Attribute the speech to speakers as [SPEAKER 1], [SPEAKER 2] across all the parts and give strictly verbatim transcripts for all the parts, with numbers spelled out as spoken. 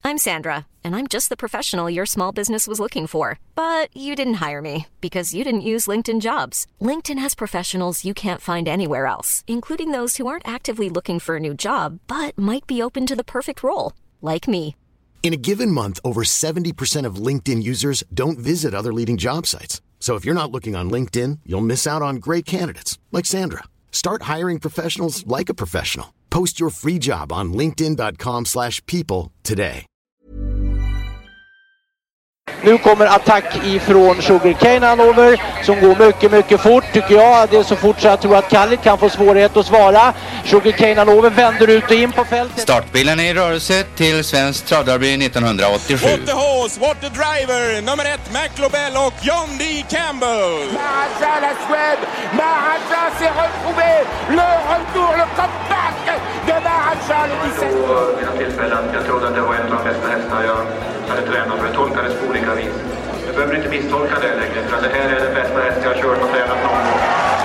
[SPEAKER 1] I'm Sandra, and I'm just the professional your small business was looking for. But you didn't hire me because you didn't use LinkedIn Jobs. LinkedIn has professionals you can't find anywhere else, including those who aren't actively looking for a new job, but might be open to the perfect role, like me.
[SPEAKER 2] In a given month, over seventy percent of LinkedIn users don't visit other leading job sites. So if you're not looking on LinkedIn, you'll miss out on great candidates like Sandra. Start hiring professionals like a professional. Post your free job on linkedin dot com slash people today.
[SPEAKER 3] Nu kommer attack ifrån Sugarcane Hanover som går mycket, mycket fort tycker jag. Det är så fort så jag tror att Kallit kan få svårighet att svara. Sugarcane Hanover vänder ut och in på fältet.
[SPEAKER 4] Startbilen är i rörelse till Svensk Travderby nittonhundraåttiosju.
[SPEAKER 5] What the horse, what the driver, nummer ett McLobel och John D. Campbell.
[SPEAKER 6] Maharaja la Suède, Maharaja s'est retrouvé, le retour, le comeback de Maharaja le dix-sept.
[SPEAKER 7] Vid tillfällen, jag trodde att det var en av de bästa hästar jag hade tränat för jag tolkade det på olika vis. Jag behöver inte misstolka det längre för det här är det bästa häst jag har kört och tränat någon gång.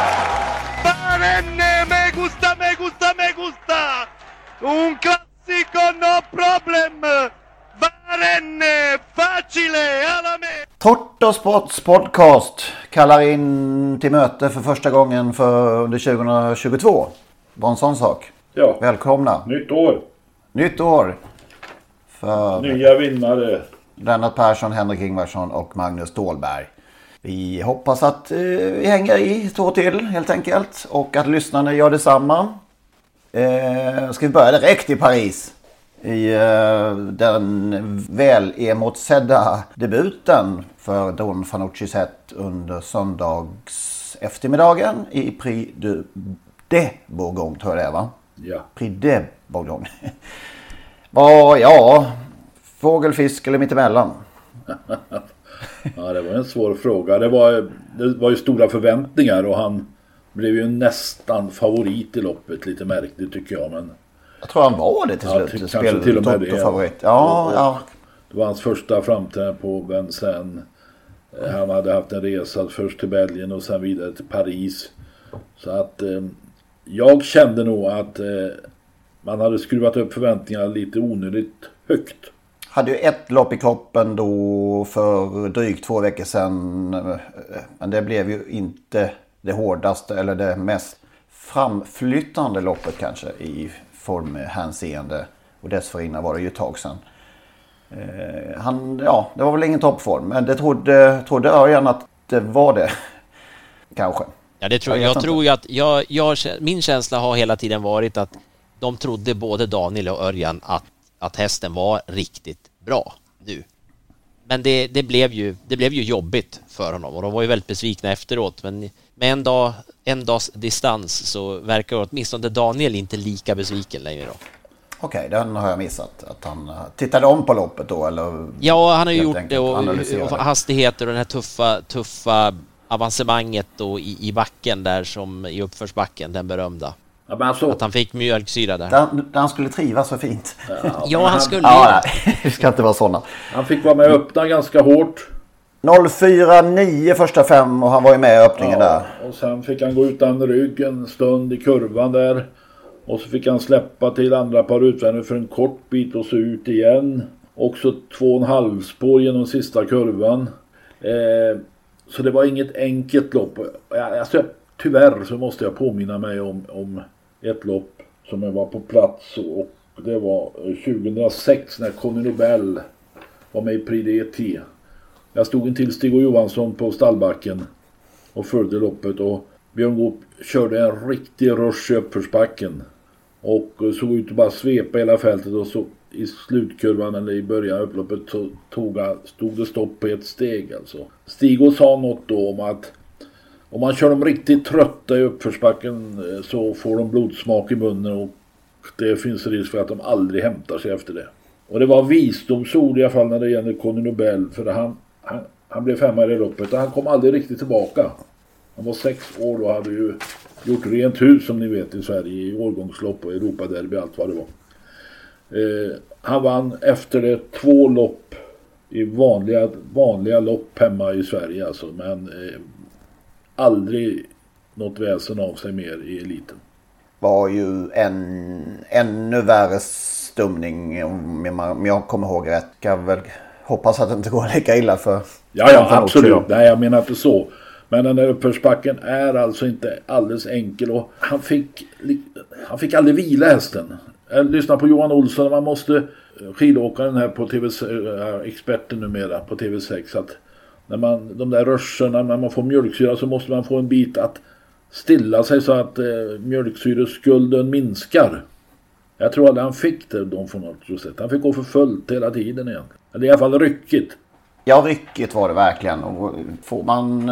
[SPEAKER 8] Barenne, me gusta, me gusta, me gusta! Un classico, no problem! Barenne, facile, alla me!
[SPEAKER 9] Tortosports podcast kallar in till möte för första gången för under tjugohundratjugotvå. Var en sån sak.
[SPEAKER 10] Ja.
[SPEAKER 9] Välkomna.
[SPEAKER 10] Nytt år.
[SPEAKER 9] Nytt år. För
[SPEAKER 10] nya vinnare.
[SPEAKER 9] Lennart Persson, Henrik Ingvarsson och Magnus Ståhlberg. Vi hoppas att eh, vi hänger i två till helt enkelt. Och att lyssnarna gör detsamma. Eh, ska vi börja direkt i Paris. I eh, den väl emotsedda debuten för Don Fanucci's häst under söndags eftermiddagen i Prix de, de Bourgogne tror jag det är va?
[SPEAKER 10] Ja.
[SPEAKER 9] Prix de Bourgogne. Vad, ja, fågelfisk eller mittemellan?
[SPEAKER 10] Ja, det var en svår fråga. Det var, det var ju stora förväntningar och han blev ju nästan favorit i loppet. Lite märkligt tycker jag. Men
[SPEAKER 9] jag tror han var det till
[SPEAKER 10] ja,
[SPEAKER 9] slut.
[SPEAKER 10] till,
[SPEAKER 9] Spel,
[SPEAKER 10] kanske till och med det.
[SPEAKER 9] Favorit. Ja,
[SPEAKER 10] och, och,
[SPEAKER 9] ja.
[SPEAKER 10] Det var hans första framträdande på Vincennes. Han hade haft en resa först till Belgien och sen vidare till Paris. Så att eh, jag kände nog att eh, man hade skruvat upp förväntningarna lite onödigt högt.
[SPEAKER 9] Hade ju ett lopp i kroppen då för drygt två veckor sedan. Men det blev ju inte det hårdaste eller det mest framflyttande loppet kanske i formhänseende. Och dessförinnan var det ju ett tag sedan. Eh, han, ja, det var väl ingen toppform. Men det trodde, trodde Örjan att det var det. Kanske.
[SPEAKER 11] Ja, det tror, jag, jag tror ju att jag, jag, min känsla har hela tiden varit att de trodde både Daniel och Örjan att, att hästen var riktigt bra nu. Men det, det, blev ju, det blev ju jobbigt för honom och de var ju väldigt besvikna efteråt. Men med en, dag, en dags distans så verkar åtminstone Daniel inte lika besviken längre då.
[SPEAKER 9] Okej, okay, den har jag missat. Att han tittade om på loppet då? Eller
[SPEAKER 11] ja, han har ju gjort det och, och hastigheter och den här tuffa, tuffa avancemanget då i, i backen där som i uppförsbacken, den berömda.
[SPEAKER 10] Ja, men alltså,
[SPEAKER 11] att han fick mjölksyra där.
[SPEAKER 9] Där, där han skulle trivas så fint.
[SPEAKER 11] Ja, ja han, han skulle
[SPEAKER 9] ja, nej, det ska inte vara sådana.
[SPEAKER 10] Han fick vara med och öppna ganska hårt.
[SPEAKER 9] noll fyra nio första fem och han var ju med i öppningen ja, där.
[SPEAKER 10] Och sen fick han gå utan rygg en stund i kurvan där. Och så fick han släppa till andra par utvändigt för en kort bit och så ut igen. Också två och en halv spår genom sista kurvan. Eh, så det var inget enkelt lopp. Alltså, tyvärr så måste jag påminna mig om, om ett lopp som jag var på plats. Och det var tjugohundrasex när Conny Nobel var med i Prix D T. Jag stod in till Stig och Johansson på stallbacken och följde loppet. Och Björn Goop körde en riktig rush i uppförsbacken. Och såg ut att bara svepa hela fältet och så i slutkurvan eller i början av upploppet så tog, stod det stopp på ett steg alltså. Stig och sa något då om att om man kör dem riktigt trötta i uppförsbacken så får de blodsmak i munnen och det finns risk för att de aldrig hämtar sig efter det. Och det var visdomsord i alla fall när det gäller Conny Nobel för han, han, han blev femma i det loppet och han kom aldrig riktigt tillbaka. Han var sex år och hade ju gjort rent hus som ni vet i Sverige i årgångslopp och Europaderby allt vad det var. Eh, han vann efter det två lopp i vanliga, vanliga lopp hemma i Sverige alltså, men eh, aldrig något väsen av sig mer i eliten.
[SPEAKER 9] Var ju en ännu värre stumning om jag kommer ihåg rätt. Jag väl hoppas att det inte går lika illa för...
[SPEAKER 10] Ja, ja, absolut. Nej, jag menar inte så. Men den där uppförsbacken är alltså inte alldeles enkel och han fick, han fick aldrig vila hästen. Jag lyssnar på Johan Olsson, man måste skidåkaren här på T V, experten numera på T V sex, att när man, de där rörsarna, när man får mjölksyra så måste man få en bit att stilla sig så att eh, mjölksyreskulden minskar. Jag tror att han fick det de från något sätt. Han fick gå för fullt hela tiden igen. Eller i alla fall ryckigt.
[SPEAKER 9] Ja, ryckigt var det verkligen. Och får man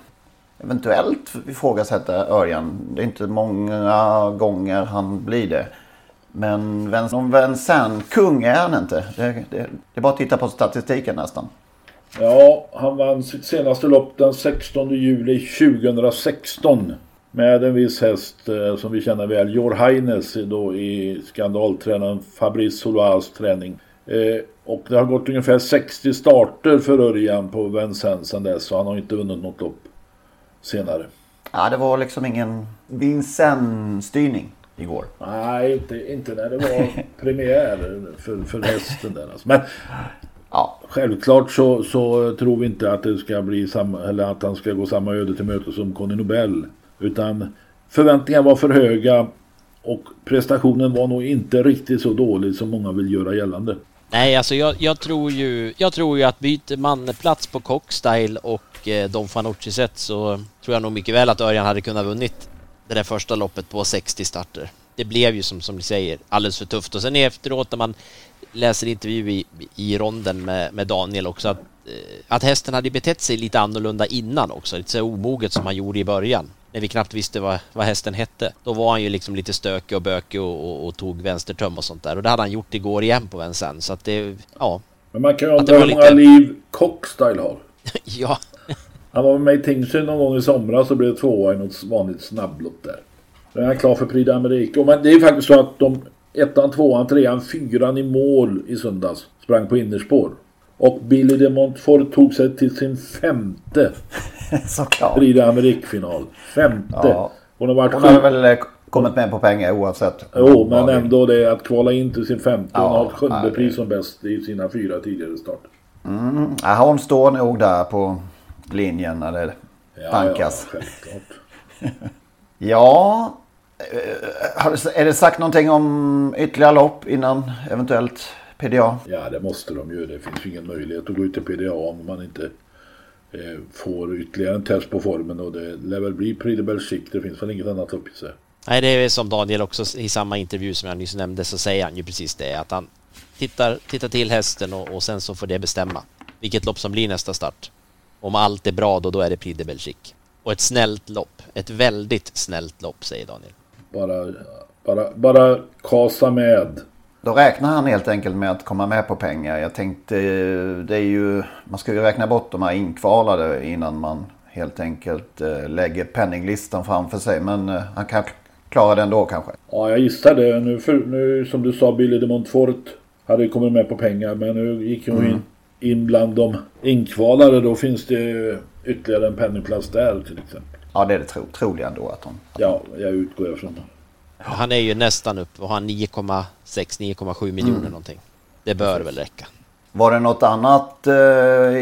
[SPEAKER 9] eventuellt ifrågasätta Örjan. Det är inte många gånger han blir det. Men någon Vincennes kung är han inte. Det, det, det är bara att titta på statistiken nästan.
[SPEAKER 10] Ja, han vann sitt senaste lopp den sextonde juli tjugohundrasexton. Med en viss häst eh, som vi känner väl. Jor Heines då i skandaltränaren Fabrice Soloas träning. Eh, och det har gått ungefär sextio starter för Örjan på Vincennes sedan dess. Så han har inte vunnit något lopp senare.
[SPEAKER 9] Ja, det var liksom ingen Vincennes-styrning igår.
[SPEAKER 10] Nej, inte, inte när det var premiär för, för hästen där. Alltså. Men ja, självklart så, så tror vi inte att det ska bli samma, eller att han ska gå samma öde till möte som Conny Nobel. Utan förväntningarna var för höga och prestationen var nog inte riktigt så dålig som många vill göra gällande.
[SPEAKER 11] Nej, alltså jag, jag tror ju jag tror ju att byter man plats på Cockstyle och eh, Don Fanucci så tror jag nog mycket väl att Örjan hade kunnat vunnit det där första loppet på sextio starter. Det blev ju som, som du säger alldeles för tufft. Och sen efteråt när man läser intervju i, i ronden med, med Daniel också att, att hästen hade betett sig lite annorlunda innan också. Lite så omoget som han gjorde i början. När vi knappt visste vad, vad hästen hette. Då var han ju liksom lite stökig och bökig och, och, och tog vänstertöm och sånt där. Och det hade han gjort igår igen på Vincennes. Så att det, ja.
[SPEAKER 10] Men man kan ju undra hur många liv Cockstyle har.
[SPEAKER 11] Ja.
[SPEAKER 10] Han var med i Tingsryd någon gång i somras och blev tvåa i något vanligt snabblopp där. Nu är han klar för Prix d'Amérique. Men det är faktiskt så att de ettan, tvåan, trean, fyran i mål i söndags sprang på innerspår. Och Billy de Montfort tog sig till sin femte Prix d'Amérique-final. Femte.
[SPEAKER 9] Ja.
[SPEAKER 10] Hon har, varit
[SPEAKER 9] Hon har väl kommit med på pengar oavsett.
[SPEAKER 10] Jo, men ändå det att kvala in till sin femte.
[SPEAKER 9] Ja,
[SPEAKER 10] hon har ett sjunde
[SPEAKER 9] ja,
[SPEAKER 10] pris som bäst i sina fyra tidigare starter.
[SPEAKER 9] Mm. Ja, hon står nog där på linjen när det bankas.
[SPEAKER 10] Ja, ja, självklart.
[SPEAKER 9] Ja, är det sagt någonting om ytterligare lopp innan eventuellt P D A?
[SPEAKER 10] Ja, det måste de ju. Det finns ingen möjlighet att gå ut till P D A om man inte eh, får ytterligare en test på formen. Och det lär väl bli Prix de Belgique. Det finns väl inget annat upp i sig.
[SPEAKER 11] Nej, det är som Daniel också i samma intervju som jag nyss nämnde, så säger han ju precis det. Att han tittar, tittar till hästen och, och sen så får det bestämma vilket lopp som blir nästa start. Om allt är bra då, då är det Prix de Belgique. Och ett snällt lopp. Ett väldigt snällt lopp, säger Daniel.
[SPEAKER 10] Bara, bara, bara kasa med.
[SPEAKER 9] Då räknar han helt enkelt med att komma med på pengar. Jag tänkte, det är ju, man ska ju räkna bort de här inkvalade innan man helt enkelt lägger penninglistan framför sig. Men han kan klara den då kanske.
[SPEAKER 10] Ja, jag gissar det. Nu, för, nu som du sa, Billy de Montfort hade kommit med på pengar. Men nu gick hon mm. in, in bland de inkvalade. Då finns det ytterligare en penningplats där till exempel.
[SPEAKER 9] Ja, det är det tro, troliga ändå att hon...
[SPEAKER 10] Ja, jag utgår ifrån det.
[SPEAKER 11] Han är ju nästan upp och har nio komma sex till nio komma sju miljoner mm. någonting. Det bör väl räcka.
[SPEAKER 9] Var det något annat eh,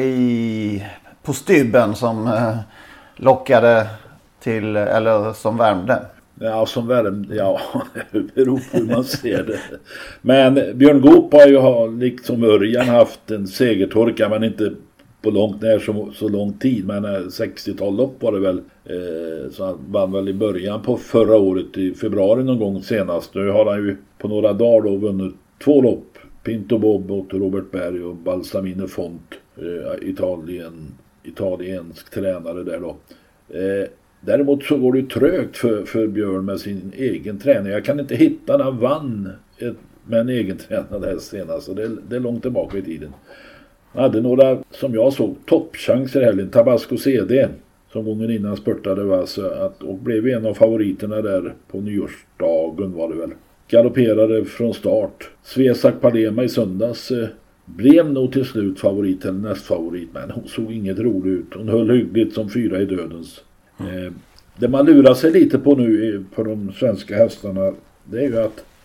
[SPEAKER 9] i på stybben som eh, lockade till, eller som värmde?
[SPEAKER 10] Ja, som värmde, ja, det beror på hur man ser det. Men Björn Goop har ju liksom Örjan haft en segertorka, men inte på långt när så, så lång tid. Men sextiotal lopp var det väl. Eh, så han vann väl i början på förra året i februari någon gång senast. Nu har han ju på några dagar då vunnit två lopp. Pinto Bob och Robert Berg och Balsamine Font. Eh, Italien, italiensk tränare där då. Eh, däremot så går det trögt för, för Björn med sin egen träning. Jag kan inte hitta när han vann ett, med en egen tränare här senast. Så det, det är långt tillbaka i tiden. Han hade några, som jag såg, toppchanser här. Tabasco C D som gången innan spurtade var så att, och blev en av favoriterna där på nyårsdagen var det väl. Galopperade från start. Svesak Palema i söndags eh, blev nog till slut favorit eller nästfavorit, men hon såg inget roligt ut. Hon höll hyggligt som fyra i dödens. Eh, det man lurar sig lite på nu på de svenska hästarna, det är ju att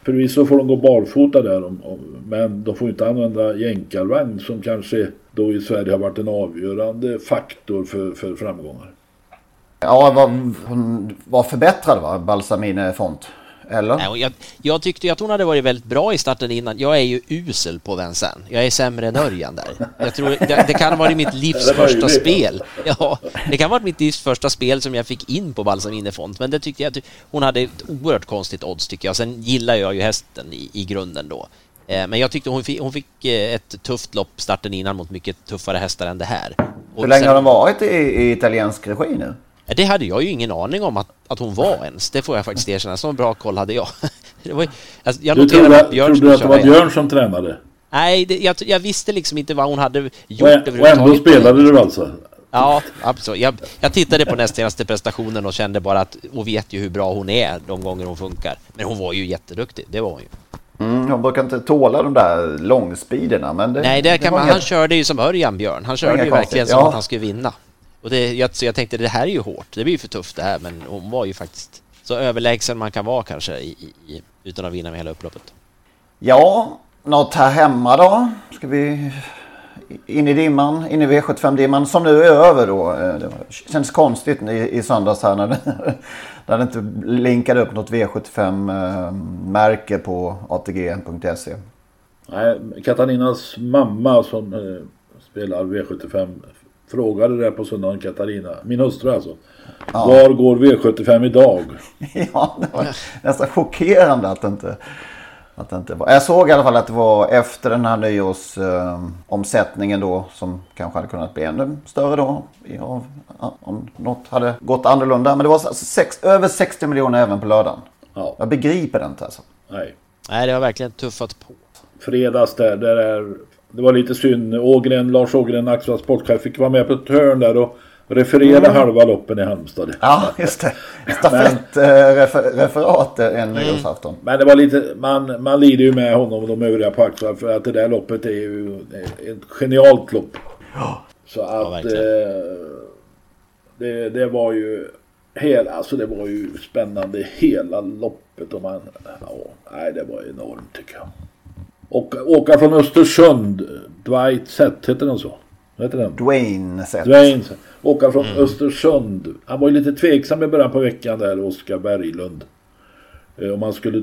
[SPEAKER 10] Förvisso får de gå barfota där, om, om, men de får inte använda jänkarvagn som kanske då i Sverige har varit en avgörande faktor för, för framgångar.
[SPEAKER 9] Ja, vad, vad förbättrad va, Balsamine Font? Eller?
[SPEAKER 11] Nej, jag, jag tyckte att hon hade varit väldigt bra i starten innan. Jag är ju usel på Vincennes. Jag är sämre än Örjan där. Jag tror det, det kan ha varit mitt livs första spel. Ja, det kan ha varit mitt livs första spel som jag fick in på Balsamine Font. Men det tyckte jag att hon hade ett oerhört konstigt odds tycker jag. Sen gillar jag ju hästen i, i grunden då. Eh, men jag tyckte hon fick, hon fick ett tufft lopp starten innan mot mycket tuffare hästar än det här. Och
[SPEAKER 9] hur länge
[SPEAKER 11] sen,
[SPEAKER 9] har de varit i, i italiensk regi nu?
[SPEAKER 11] Det hade jag ju ingen aning om att, att hon var ens. Det får jag faktiskt erkänna. Så bra koll hade jag. Det var, alltså, jag
[SPEAKER 10] du trodde att, Björn trodde att det var Björn som tränade?
[SPEAKER 11] Nej, det, jag, jag visste liksom inte vad hon hade gjort.
[SPEAKER 10] Och, och ändå spelade du alltså?
[SPEAKER 11] Ja, absolut. Jag, jag tittade på näst senaste prestationen och kände bara att hon vet ju hur bra hon är de gånger hon funkar. Men hon var ju jätteduktig, det var hon ju.
[SPEAKER 9] Mm, hon brukar inte tåla de där långspeederna. Men det,
[SPEAKER 11] Nej, det
[SPEAKER 9] det
[SPEAKER 11] kan man,
[SPEAKER 9] inget...
[SPEAKER 11] han körde ju som Örjan Björn. Han körde ju verkligen konstigt. Som ja. Att han skulle vinna. Och det, jag, så jag tänkte, det här är ju hårt. Det blir ju för tufft det här. Men hon var ju faktiskt så överlägsen man kan vara kanske i, i, utan att vinna med hela upploppet.
[SPEAKER 9] Ja, något här hemma då. Ska vi in i dimman, in i V sjuttiofem-dimman som nu är över då. Det känns konstigt i, i söndags här när det, när det inte linkade upp något V sjuttiofem-märke på A T G punkt se.
[SPEAKER 10] Nej, Katarinas mamma som eh, spelar V sjuttiofem frågade det på söndagen, Katarina, min hustru alltså. Ja. Var går V sjuttiofem idag?
[SPEAKER 9] Ja, det var nästan chockerande att det inte, att det inte var. Jag såg i alla fall att det var efter den här nyårsomsättningen eh, då, som kanske hade kunnat bli ännu större då. Ja, om något hade gått annorlunda. Men det var sex, över sextio miljoner även på lördagen. Ja. Jag begriper det inte alltså.
[SPEAKER 10] Nej.
[SPEAKER 11] Nej, det har verkligen tuffat på.
[SPEAKER 10] Fredags där, där är... Det var lite synd. Ågren, Lars Ågren, Axel sportchef, fick vara med på ett hörn där och referera mm. halva loppen i Halmstad.
[SPEAKER 9] Ja, just det. Stafettreferat en nyårsafton.
[SPEAKER 10] Mm. Men det var lite, man, man lider ju med honom och de övriga på Axel för att det där loppet är ju ett genialt lopp.
[SPEAKER 9] Ja.
[SPEAKER 10] Så att ja, eh, det, det var ju hela, alltså det var ju spännande hela loppet och man, ja, nej, det var enormt tycker jag. Och åka från Östersund, Dwight Sett, heter den så? Heter den?
[SPEAKER 9] Dwayne Sett.
[SPEAKER 10] Dwayne Sett. Åka från mm. Östersund. Han var ju lite tveksam i början på veckan där, Oskar Berglund. Eh, om man skulle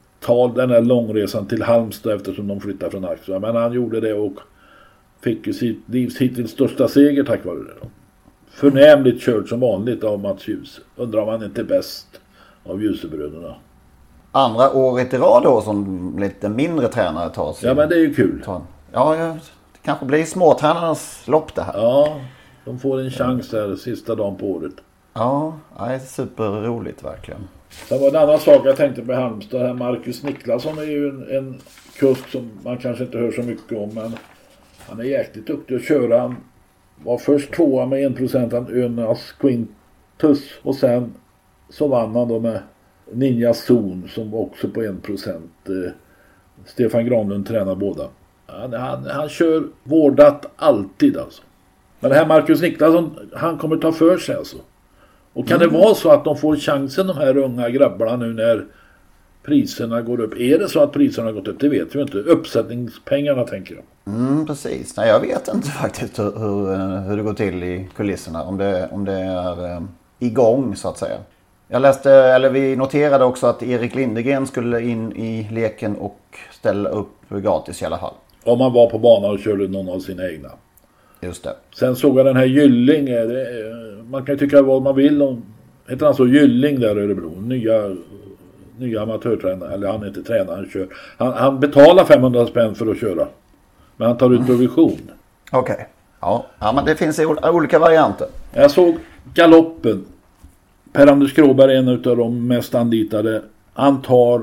[SPEAKER 10] ta den här långresan till Halmstad eftersom de flyttade från Axel. Men han gjorde det och fick ju sitt livs hittills största seger tack vare det. Förnämligt kört som vanligt av Mats Ljus. Undrar om han inte är bäst av Ljusebröderna.
[SPEAKER 9] Andra året i rad då som lite mindre tränare tar sig.
[SPEAKER 10] Ja, men det är ju kul.
[SPEAKER 9] Ja, ja, det kanske blir småtränarnas lopp det här.
[SPEAKER 10] Ja, de får en chans där sista dagen på året.
[SPEAKER 9] Ja, det är superroligt verkligen.
[SPEAKER 10] Det var en annan sak jag tänkte på Halmstad här. Marcus Niklasson är ju en, en kusk som man kanske inte hör så mycket om, men han är jäkligt duktig att köra. Han var först tvåa med en procent han Önas Quintus och sen så vann han då med Ninja Zon som var också på en procent. Eh, Stefan Granlund tränar båda. Han, han, han kör vårdat alltid alltså. Men det här Marcus Niklasson, han kommer ta för sig alltså. Och kan mm. det vara så att de får chansen, de här unga grabbarna nu när priserna går upp? Är det så att priserna har gått upp? Det vet vi inte. Uppsättningspengarna tänker jag.
[SPEAKER 9] Mm, precis. Nej, jag vet inte faktiskt hur, hur, hur det går till i kulisserna. Om det, om det är eh, igång så att säga. Jag läste, eller vi noterade också att Erik Lindegren skulle in i leken och ställa upp gratis i alla fall.
[SPEAKER 10] Om man var på banan och körde någon av sina egna.
[SPEAKER 9] Just det.
[SPEAKER 10] Sen såg jag den här Gylling. Det, man kan ju tycka vad man vill om. Heter han så Gylling där i Örebro? Nya, nya amatörtränare. Eller han är inte tränare, han kör. Han, han betalar femhundra spänn för att köra. Men han tar ut provision.
[SPEAKER 9] Okej. Okay. Ja. ja, men det finns olika varianter.
[SPEAKER 10] Jag såg galoppen. Per-Anders Gråberg är en av de mest anlitade. Han tar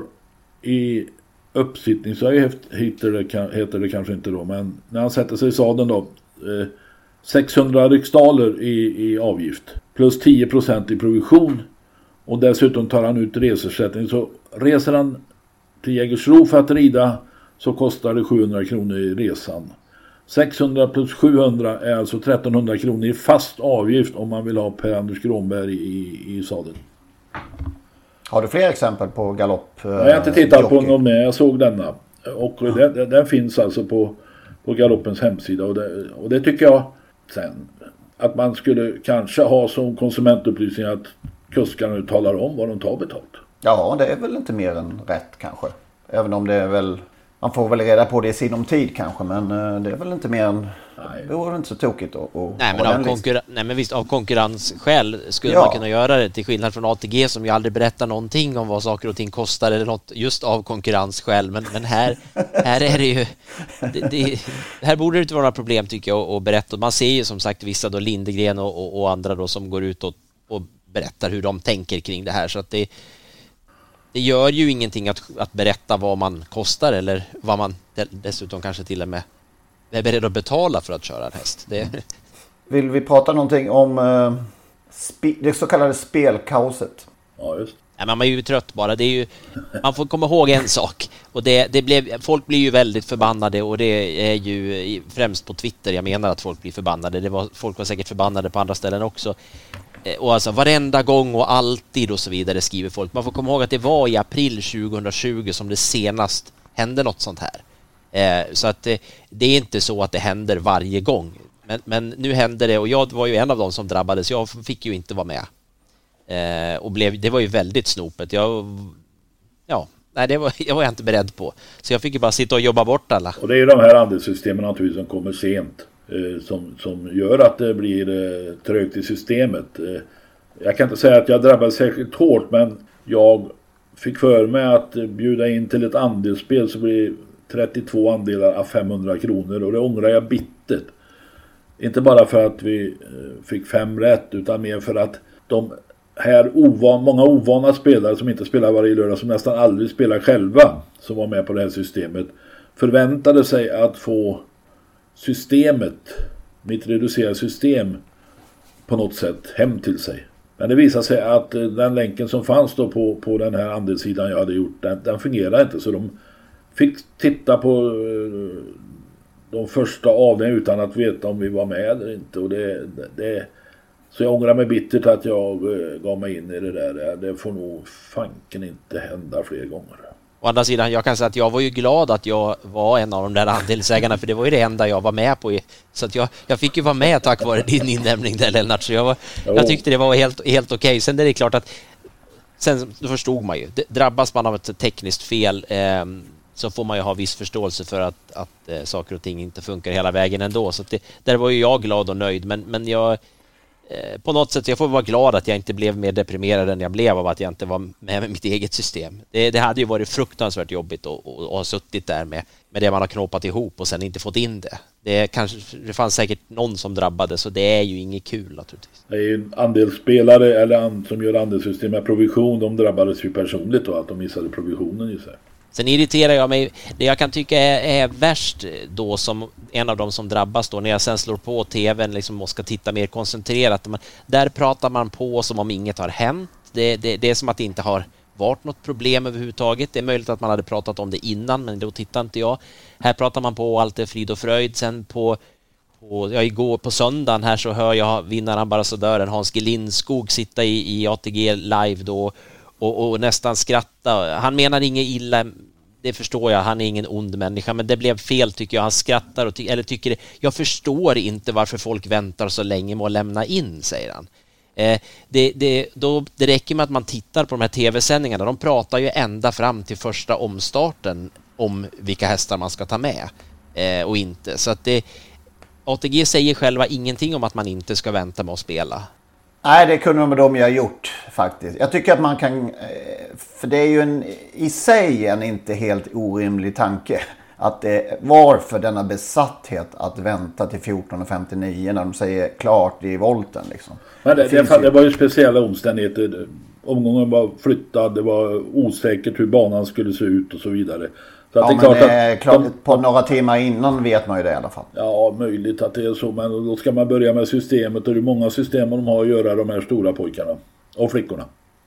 [SPEAKER 10] i uppsittningsavgift heter det, heter det kanske inte då. Men när han sätter sig i sadeln då. Eh, sexhundra riksdaler i, i avgift. Plus tio procent i provision. Och dessutom tar han ut resersättning. Så reser han till Jägersro för att rida så kostar det sjuhundra kronor i resan. sexhundra plus sjuhundra är alltså trettonhundra kronor i fast avgift om man vill ha Per-Anders Gråberg i, i sadeln.
[SPEAKER 9] Har du fler exempel på galopp?
[SPEAKER 10] Jag har inte tittat jockey. på någon mer, jag såg denna. Och ja. den, den finns alltså på, på galoppens hemsida. Och det, och det tycker jag sen att man skulle kanske ha som konsumentupplysning att kuskarna nu talar om vad de tar betalt.
[SPEAKER 9] Ja, det är väl inte mer än rätt kanske. Även om det är väl, man får väl reda på det i sinom tid kanske, men det är väl inte mer än, nej. Det vore inte så tokigt att, att
[SPEAKER 11] nej, men av konkurren- nej men visst, av konkurrensskäl skulle ja. man kunna göra det, till skillnad från A T G som ju aldrig berättar någonting om vad saker och ting kostar eller något, just av konkurrensskäl, men, men här, här är det ju det, det, här borde det inte vara några problem tycker jag att berätta. Man ser ju som sagt vissa då, Lindegren och, och, och andra då som går ut och, och berättar hur de tänker kring det här, så att det Det gör ju ingenting att, att berätta vad man kostar eller vad man dessutom kanske till och med är beredd att betala för att köra en häst. Det...
[SPEAKER 9] Vill vi prata någonting om uh, spe- det så kallade spelkaoset?
[SPEAKER 10] Ja, just.
[SPEAKER 11] Nej, man är ju trött bara. Det är ju, man får komma ihåg en sak. Och det, det blev, folk blir ju väldigt förbannade och det är ju främst på Twitter jag menar att folk blir förbannade. Det var, folk var säkert förbannade på andra ställen också. Och alltså varenda gång och alltid och så vidare skriver folk. Man får komma ihåg att det var i april tjugohundratjugo som det senast hände något sånt här. Eh, så att det, det är inte så att det händer varje gång. Men, men nu hände det och jag var ju en av dem som drabbades. Jag fick ju inte vara med. Eh, och blev, det var ju väldigt snopet. Jag, ja, nej, det var jag var inte beredd på. Så jag fick ju bara sitta och jobba bort alla.
[SPEAKER 10] Och det är ju de här andelssystemen naturligtvis som kommer sent. Som, som gör att det blir eh, trögt i systemet. Eh, jag kan inte säga att jag drabbades särskilt hårt, men jag fick för mig att bjuda in till ett andelsspel så blir trettiotvå andelar av femhundra kronor och det ångrar jag bittert. Inte bara för att vi eh, fick fem rätt utan mer för att de här ovan, många ovana spelare som inte spelar varje lördag, som nästan aldrig spelar själva, som var med på det här systemet, förväntade sig att få systemet, mitt reducerade system på något sätt hem till sig. Men det visade sig att den länken som fanns då på, på den här andelssidan jag hade gjort, den, den fungerade inte, så de fick titta på de första avdelningarna utan att veta om vi var med eller inte. Och det, det, så jag ångrar mig bittert att jag gav mig in i det där. Det får nog fanken inte hända fler gånger.
[SPEAKER 11] Å andra sidan, jag kan säga att jag var ju glad att jag var en av de där andelsägarna, för det var ju det enda jag var med på. Så att jag, jag fick ju vara med tack vare din inlämning där, Lennart. Så jag, var, jag tyckte det var helt, helt okej. Okay. Sen är det klart att, sen då förstod man ju, drabbas man av ett tekniskt fel eh, så får man ju ha viss förståelse för att, att eh, saker och ting inte funkar hela vägen ändå. Så att det, där var ju jag glad och nöjd, men, men jag... på något sätt, jag får vara glad att jag inte blev mer deprimerad än jag blev av att jag inte var med med mitt eget system. Det, det hade ju varit fruktansvärt jobbigt att, att, att ha suttit där med, med det man har knåpat ihop och sen inte fått in det. Det, kanske, det fanns säkert någon som drabbades, så det är ju inget kul naturligtvis.
[SPEAKER 10] Det är ju en andelsspelare eller and, som gör andelssystem med provision, de drabbades ju personligt då, att de missade provisionen i sig.
[SPEAKER 11] Sen irriterar jag mig, det jag kan tycka är, är värst då som en av dem som drabbas då, när jag sen slår på tvn liksom och ska titta mer koncentrerat. Man, där pratar man på som om inget har hänt. Det, det, det är som att det inte har varit något problem överhuvudtaget. Det är möjligt att man hade pratat om det innan, men då tittar inte jag. Här pratar man på allt är frid och fröjd. Sen på, på ja, igår på söndagen här så hör jag vinnarambassadören Hans G. Lindskog sitta i, i A T G live då och, och nästan skratta. Han menar inget illa, det förstår jag, han är ingen ond människa, men det blev fel tycker jag. Han skrattar och ty- eller tycker det. Jag förstår inte varför folk väntar så länge med att lämna in, säger han. Eh, det, det, då, det räcker med att man tittar på de här tv-sändningarna. De pratar ju ända fram till första omstarten om vilka hästar man ska ta med eh, och inte. Så att det, A T G säger själva ingenting om att man inte ska vänta med att spela.
[SPEAKER 9] Nej, det kunde de, de ju ha gjort faktiskt. Jag tycker att man kan, för det är ju en, i sig en inte helt orimlig tanke. Att det var för denna besatthet att vänta till fjorton femtionio när de säger klart i volten liksom.
[SPEAKER 10] Men det,
[SPEAKER 9] det,
[SPEAKER 10] det, det var ju speciella omständigheter. Omgången var flyttad, det var osäkert hur banan skulle se ut och så vidare. Så att
[SPEAKER 9] ja,
[SPEAKER 10] det är
[SPEAKER 9] men
[SPEAKER 10] klart
[SPEAKER 9] det är
[SPEAKER 10] att
[SPEAKER 9] klart,
[SPEAKER 10] de,
[SPEAKER 9] på några timmar innan vet man ju det i alla fall.
[SPEAKER 10] Ja, möjligt att det är så, men då ska man börja med systemet och det är många system de har att göra, de här stora pojkarna och flickorna.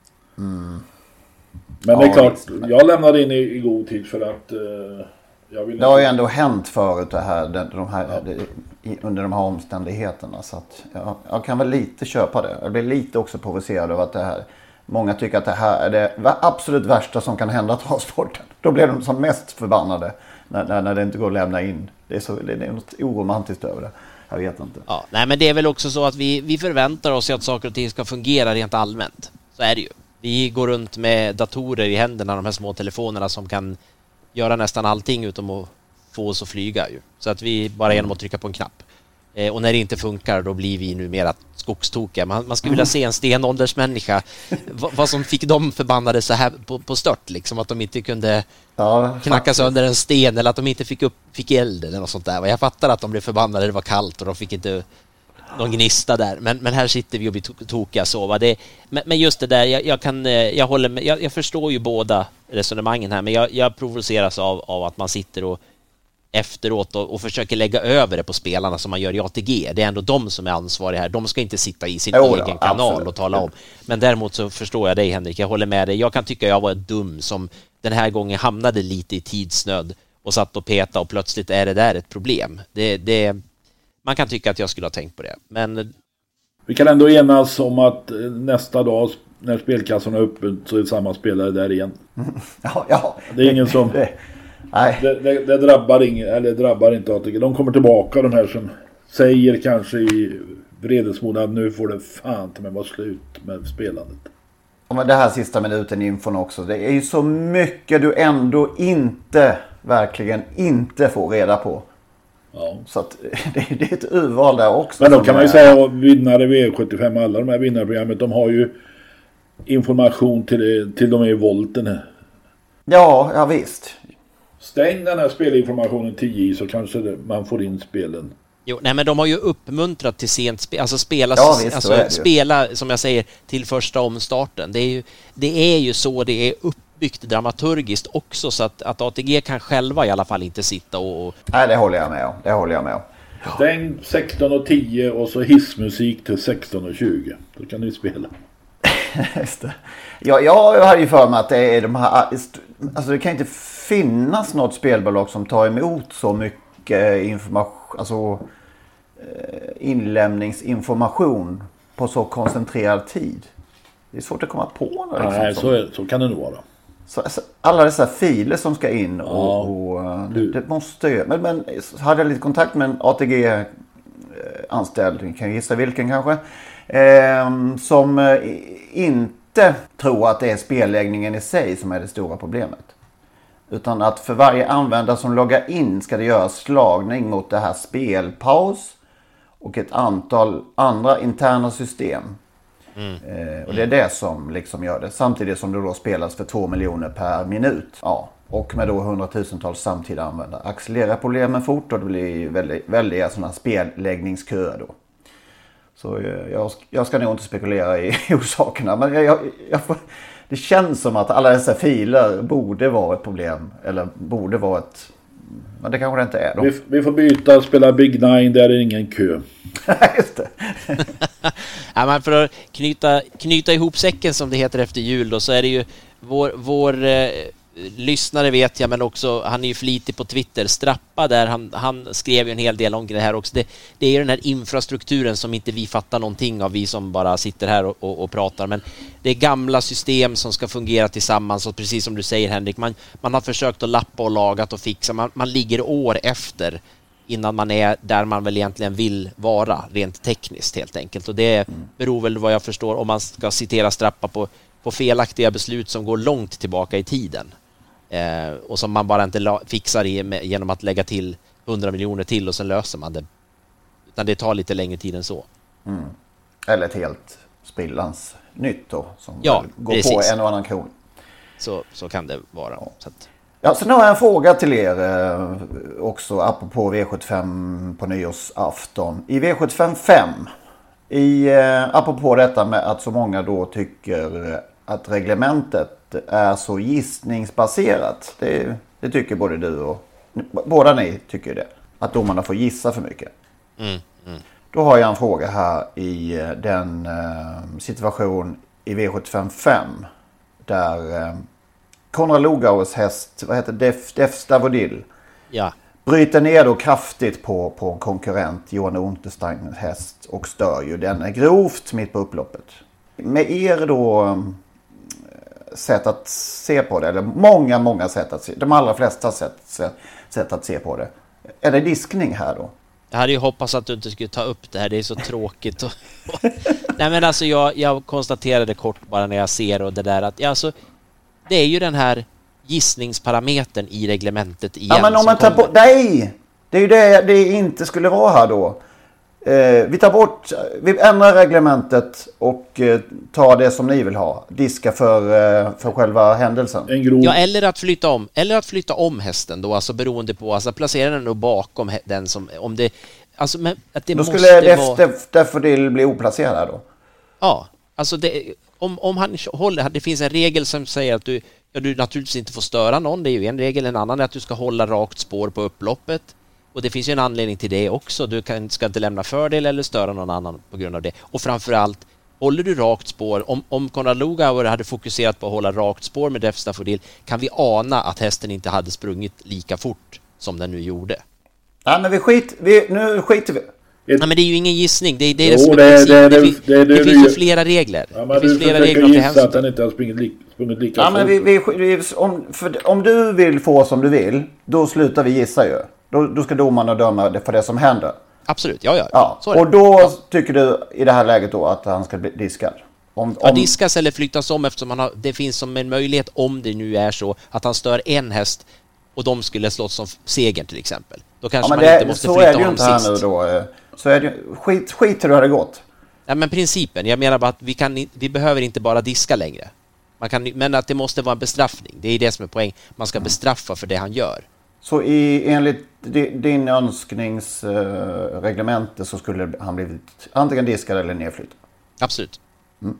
[SPEAKER 9] Mm.
[SPEAKER 10] Men ja, det är klart, jag lämnade in i, i god tid för att eh, jag ville...
[SPEAKER 9] Det har ju ändå hänt förut det här, de, de här ja. det, under de här omständigheterna, så att jag, jag kan väl lite köpa det. Jag blir lite också provocerad över att det här Många tycker att det här är det absolut värsta som kan hända travsporten. Då blir de som mest förbannade när, när, när det inte går att lämna in. Det är, så, det är något oromantiskt över det. Jag vet inte.
[SPEAKER 11] Ja, nej, men det är väl också så att vi, vi förväntar oss att saker och ting ska fungera rent allmänt. Så är det ju. Vi går runt med datorer i händerna, de här små telefonerna som kan göra nästan allting utom att få oss att flyga ju. Så att vi bara genom att trycka på en knapp. Eh, och när det inte funkar då blir vi nu mer skogstokiga. Man, man skulle vilja se en stenåldersmänniska. v- vad som fick dem förbannade så här på, på stört liksom. Att de inte kunde
[SPEAKER 9] ja,
[SPEAKER 11] knacka sönder en sten eller att de inte fick upp fick eld eller något sånt där. Och jag fattar att de blev förbannade, det var kallt och de fick inte någon gnista där. Men, men här sitter vi och blir to- tokiga sova. Det, men, men just det där, jag, jag kan jag håller med, jag, jag förstår ju båda resonemangen här, men jag, jag provoceras av, av att man sitter och efteråt och, och försöker lägga över det på spelarna som man gör i A T G. Det är ändå de som är ansvariga här. De ska inte sitta i sin
[SPEAKER 9] jo,
[SPEAKER 11] egen
[SPEAKER 9] ja,
[SPEAKER 11] kanal
[SPEAKER 9] absolut.
[SPEAKER 11] och tala om. Men däremot så förstår jag dig, Henrik. Jag håller med dig. Jag kan tycka jag var dum som den här gången hamnade lite i tidsnöd och satt och peta och plötsligt är det där ett problem. Det, det, man kan tycka att jag skulle ha tänkt på det. Men
[SPEAKER 10] vi kan ändå enas om att nästa dag när spelkassan är uppe så är samma spelare där igen.
[SPEAKER 9] Ja, ja.
[SPEAKER 10] Det är ingen som...
[SPEAKER 9] Det, nej.
[SPEAKER 10] Det, det, det drabbar ingen, eller drabbar inte A T G. De kommer tillbaka, de här som säger kanske i vredesmod att nu får det fan till mig vara slut med spelandet.
[SPEAKER 9] Och det här sista minuten infon också. Det är ju så mycket du ändå inte, verkligen inte får reda på.
[SPEAKER 10] Ja.
[SPEAKER 9] Så att det, det är ett urval där också.
[SPEAKER 10] Men då kan man ju är... säga att vinnare V sjuttiofem, alla de här vinnarprogrammet, de har ju information till, till de är i volten här.
[SPEAKER 9] Ja, ja visst.
[SPEAKER 10] Stäng den här spelinformationen tio så kanske det, man får in spelen.
[SPEAKER 11] Jo, nej, men de har ju uppmuntrat till sent spel, alltså spela,
[SPEAKER 9] ja, visst,
[SPEAKER 11] alltså spela som jag säger till första omstarten. Det är ju, det är ju så det är uppbyggt dramaturgiskt också, så att, att A T G kan själva i alla fall inte sitta och... och...
[SPEAKER 9] Nej, det håller jag med om. Det håller jag med om.
[SPEAKER 10] Stäng sexton och tio och så hissmusik till sexton och tjugo. Då kan ni spela.
[SPEAKER 9] Just det. Ja, jag hade ju för mig att det är de här... Alltså det kan inte finnas något spelbolag som tar emot så mycket information, alltså inlämningsinformation på så koncentrerad tid. Det är svårt att komma på något. Liksom,
[SPEAKER 10] nej, så, är, så kan det nog vara.
[SPEAKER 9] Så, alltså, alla dessa filer som ska in och, ja, och det, det måste ju... Men, men hade jag lite kontakt med en A T G-anställd, kan jag gissa vilken kanske, eh, som eh, inte tror att det är spelläggningen i sig som är det stora problemet. Utan att för varje användare som loggar in ska det göras slagning mot det här spelpaus och ett antal andra interna system. Mm. Eh, och det är det som liksom gör det. Samtidigt som det då spelas för två miljoner per minut. Ja. Och med då hundratusentals samtida användare. Accelererar problemen fort och det blir väldigt, väldiga sådana spelläggningsköer då. Så eh, jag, jag ska nog inte spekulera i orsakerna. Men jag, jag, jag får, det känns som att alla dessa filer borde vara ett problem. Eller borde vara ett... Men det kanske det inte är då.
[SPEAKER 10] Vi, vi får byta och spela Big Nine, där är ingen kö.
[SPEAKER 9] Just det.
[SPEAKER 11] Ja, men för att knyta, knyta ihop säcken som det heter efter jul då, så är det ju vår, vår eh, lyssnare vet jag, men också han är ju flitig på Twitter, Strappa där, han, han skrev ju en hel del om det här också. Det, det är ju den här infrastrukturen som inte vi fattar någonting av, vi som bara sitter här och, och, och pratar, men det är gamla system som ska fungera tillsammans och precis som du säger Henrik, man, man har försökt att lappa och lagat och fixa, man, man ligger år efter innan man är där man väl egentligen vill vara rent tekniskt helt enkelt, och det beror väl vad jag förstår, om man ska citera Strappa, på, på felaktiga beslut som går långt tillbaka i tiden. Eh, och som man bara inte la- fixar i, med, genom att lägga till hundra miljoner till och sen löser man det. Utan det tar lite längre tid än så.
[SPEAKER 9] Mm. Eller ett helt sprillans nytt då, som
[SPEAKER 11] ja,
[SPEAKER 9] går
[SPEAKER 11] precis.
[SPEAKER 9] på en och annan kron.
[SPEAKER 11] Så, så kan det vara. Ja. Så att...
[SPEAKER 9] Ja, så nu har jag en fråga till er eh, också apropå V sjuttiofem på nyårsafton. I V sjuttiofem fem, i, eh, apropå detta med att så många då tycker att reglementet är så gissningsbaserat. Det, det tycker både du och båda ni tycker det. Att domarna får gissa för mycket.
[SPEAKER 11] Mm, mm.
[SPEAKER 9] Då har jag en fråga här i den eh, situation i V sjuttiofem fem där eh, Konrad Lugauers häst, vad heter Def, Def Stavodil,
[SPEAKER 11] ja.
[SPEAKER 9] bryter ner då kraftigt på, på en konkurrent, Johan Untersteins häst, och stör ju den grovt mitt på upploppet. Med er då sätt att se på det. Eller många, många sätt att se. De allra flesta sätt, sätt, sätt att se på det. Är det diskning här då?
[SPEAKER 11] Jag hade ju hoppats att du inte skulle ta upp det här. Det är så tråkigt. Och, och, nej men alltså jag, jag konstaterade kort bara när jag ser och det där att ja, alltså, det är ju den här gissningsparametern i reglementet igen.
[SPEAKER 9] Ja men om man tar på... Nej! Det är ju det det inte skulle vara här då. Eh, vi tar bort... Vi ändrar reglementet och eh, tar det som ni vill ha. Diska för, eh, för själva händelsen.
[SPEAKER 10] En grov...
[SPEAKER 11] Ja, eller att flytta om. Eller att flytta om hästen då. Alltså beroende på... Alltså placera den då bakom den som... Om det... Alltså men att det
[SPEAKER 9] då
[SPEAKER 11] måste
[SPEAKER 9] skulle
[SPEAKER 11] vara...
[SPEAKER 9] def, därför det bli oplacerad här då.
[SPEAKER 11] Ja. Alltså det... Om, om han håller... Det finns en regel som säger att du... Ja, du naturligtvis inte får störa någon. Det är ju en regel. En annan är att du ska hålla rakt spår på upploppet. Och det finns ju en anledning till det också. Du kan, ska inte lämna fördel eller störa någon annan på grund av det. Och framförallt, håller du rakt spår, om, om Konrad Lugauer hade fokuserat på att hålla rakt spår med Def Staffordil, kan vi ana att hästen inte hade sprungit lika fort som den nu gjorde.
[SPEAKER 9] Ja, men vi skit, vi, nu skiter vi.
[SPEAKER 11] Nej, men det är ju ingen gissning. Det, det är
[SPEAKER 10] jo,
[SPEAKER 11] det som
[SPEAKER 10] det,
[SPEAKER 11] är
[SPEAKER 10] det,
[SPEAKER 11] det,
[SPEAKER 10] det,
[SPEAKER 11] det,
[SPEAKER 10] det, det,
[SPEAKER 11] det finns
[SPEAKER 10] det,
[SPEAKER 11] ju flera regler.
[SPEAKER 10] Ja,
[SPEAKER 11] det finns flera regler om det händer.
[SPEAKER 10] Att den inte har sprungit, li, sprungit lika
[SPEAKER 9] ja, men vi, vi, vi, om, för, om du vill få som du vill, då slutar vi gissa ju. Då, då ska domarna döma för det som händer.
[SPEAKER 11] Absolut, ja, ja.
[SPEAKER 9] ja.
[SPEAKER 11] Så är det.
[SPEAKER 9] Och då ja. tycker du i det här läget då att han ska bli diskad? Om, om...
[SPEAKER 11] Ja, diskas eller flyttas om eftersom han har, det finns som en möjlighet om det nu är så att han stör en häst och de skulle slått som segern till exempel. Då kanske
[SPEAKER 9] ja,
[SPEAKER 11] man
[SPEAKER 9] det,
[SPEAKER 11] inte måste
[SPEAKER 9] så
[SPEAKER 11] flytta
[SPEAKER 9] är det ju
[SPEAKER 11] honom
[SPEAKER 9] inte här
[SPEAKER 11] sist.
[SPEAKER 9] Nu då. Så är det, skit, skit hur det hade gått.
[SPEAKER 11] Ja, men principen, jag menar bara att vi, kan, vi behöver inte bara diska längre. Man kan, men att det måste vara en bestraffning. Det är det som är poäng. Man ska bestraffa för det han gör.
[SPEAKER 9] Så i, enligt din önskningsreglemente så skulle han blivit antingen diskad eller nedflyttad?
[SPEAKER 11] Absolut.
[SPEAKER 9] Mm.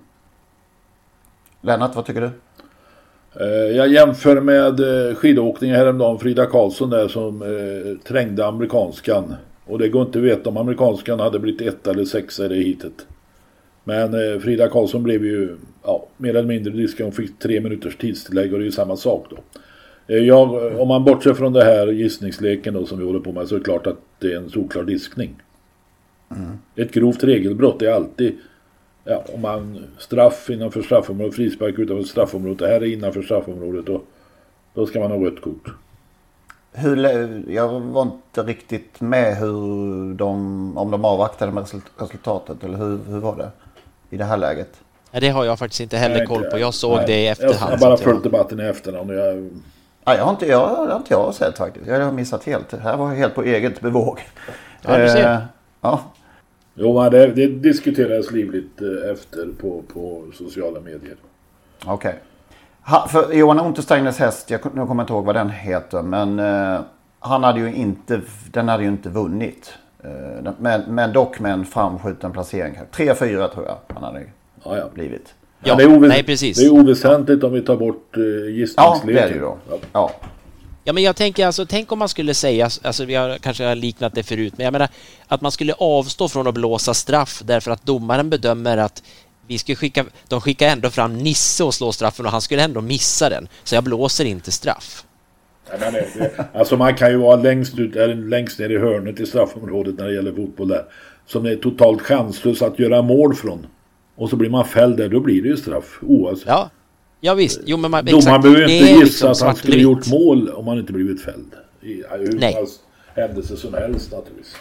[SPEAKER 9] Lennart, vad tycker du?
[SPEAKER 10] Jag jämför med skidåkningen häromdagen, Frida Karlsson där som eh, trängde amerikanskan. Och det går inte att veta om amerikanskan hade blivit ett eller sex i det hitet. Men eh, Frida Karlsson blev ju ja, mer eller mindre diskad. Hon fick tre minuters tidstillägg och det är ju samma sak då. Eh, jag, om man bortser från det här gissningsleken då, som vi håller på med, så är det klart att det är en solklar diskning. Mm. Ett grovt regelbrott är alltid... Ja, om man straff innanför straffområdet, frispark utanför straffområdet, det här är innanför straffområdet, då, då ska man ha rött kort.
[SPEAKER 9] Hur, jag var inte riktigt med hur de, om de avvaktade med resultatet, eller hur, hur var det i det här läget?
[SPEAKER 11] Ja, det har jag faktiskt inte heller nej, koll på. Jag såg nej, det i efterhand.
[SPEAKER 10] Jag har bara följt debatten i efterhand. Och jag...
[SPEAKER 9] Ja, jag har inte jag, har inte jag sett faktiskt. Jag har missat helt. Det här var helt på eget bevåg.
[SPEAKER 11] Ja, du ser.
[SPEAKER 9] Eh, ja.
[SPEAKER 10] Jo, men det, det diskuterades livligt efter på, på sociala medier.
[SPEAKER 9] Okej. Okay. För Johan Untersteiners häst, jag, jag kommer inte ihåg vad den heter, men eh, han hade ju inte, den hade ju inte vunnit. Eh, men, men dock med en framskjuten placering. tre fyra tror jag han hade
[SPEAKER 10] ja, ja.
[SPEAKER 9] blivit.
[SPEAKER 10] Ja, det, är oväs- nej, precis. Det är oväsentligt om vi tar bort eh, gissningsleken.
[SPEAKER 9] Ja, det är det ju då. Ja. ja.
[SPEAKER 11] Ja, men jag tänker alltså, tänk om man skulle säga, alltså vi har kanske har liknat det förut, men jag menar att man skulle avstå från att blåsa straff därför att domaren bedömer att vi ska skicka, de skickar ändå fram Nisse och slå straffen och han skulle ändå missa den. Så jag blåser inte straff.
[SPEAKER 10] Nej, men det, det, alltså man kan ju vara längst ut eller längst ner i hörnet i straffområdet när det gäller fotboll där, som är totalt chanslös att göra mål från. Och så blir man fälld där, då blir det ju straff. Oavsett.
[SPEAKER 11] Ja. Ja visst, jo men man,
[SPEAKER 10] exakt, man behöver inte gissa liksom att han skulle gjort mål om han inte blivit fälld. I hur händelse som helst naturligtvis.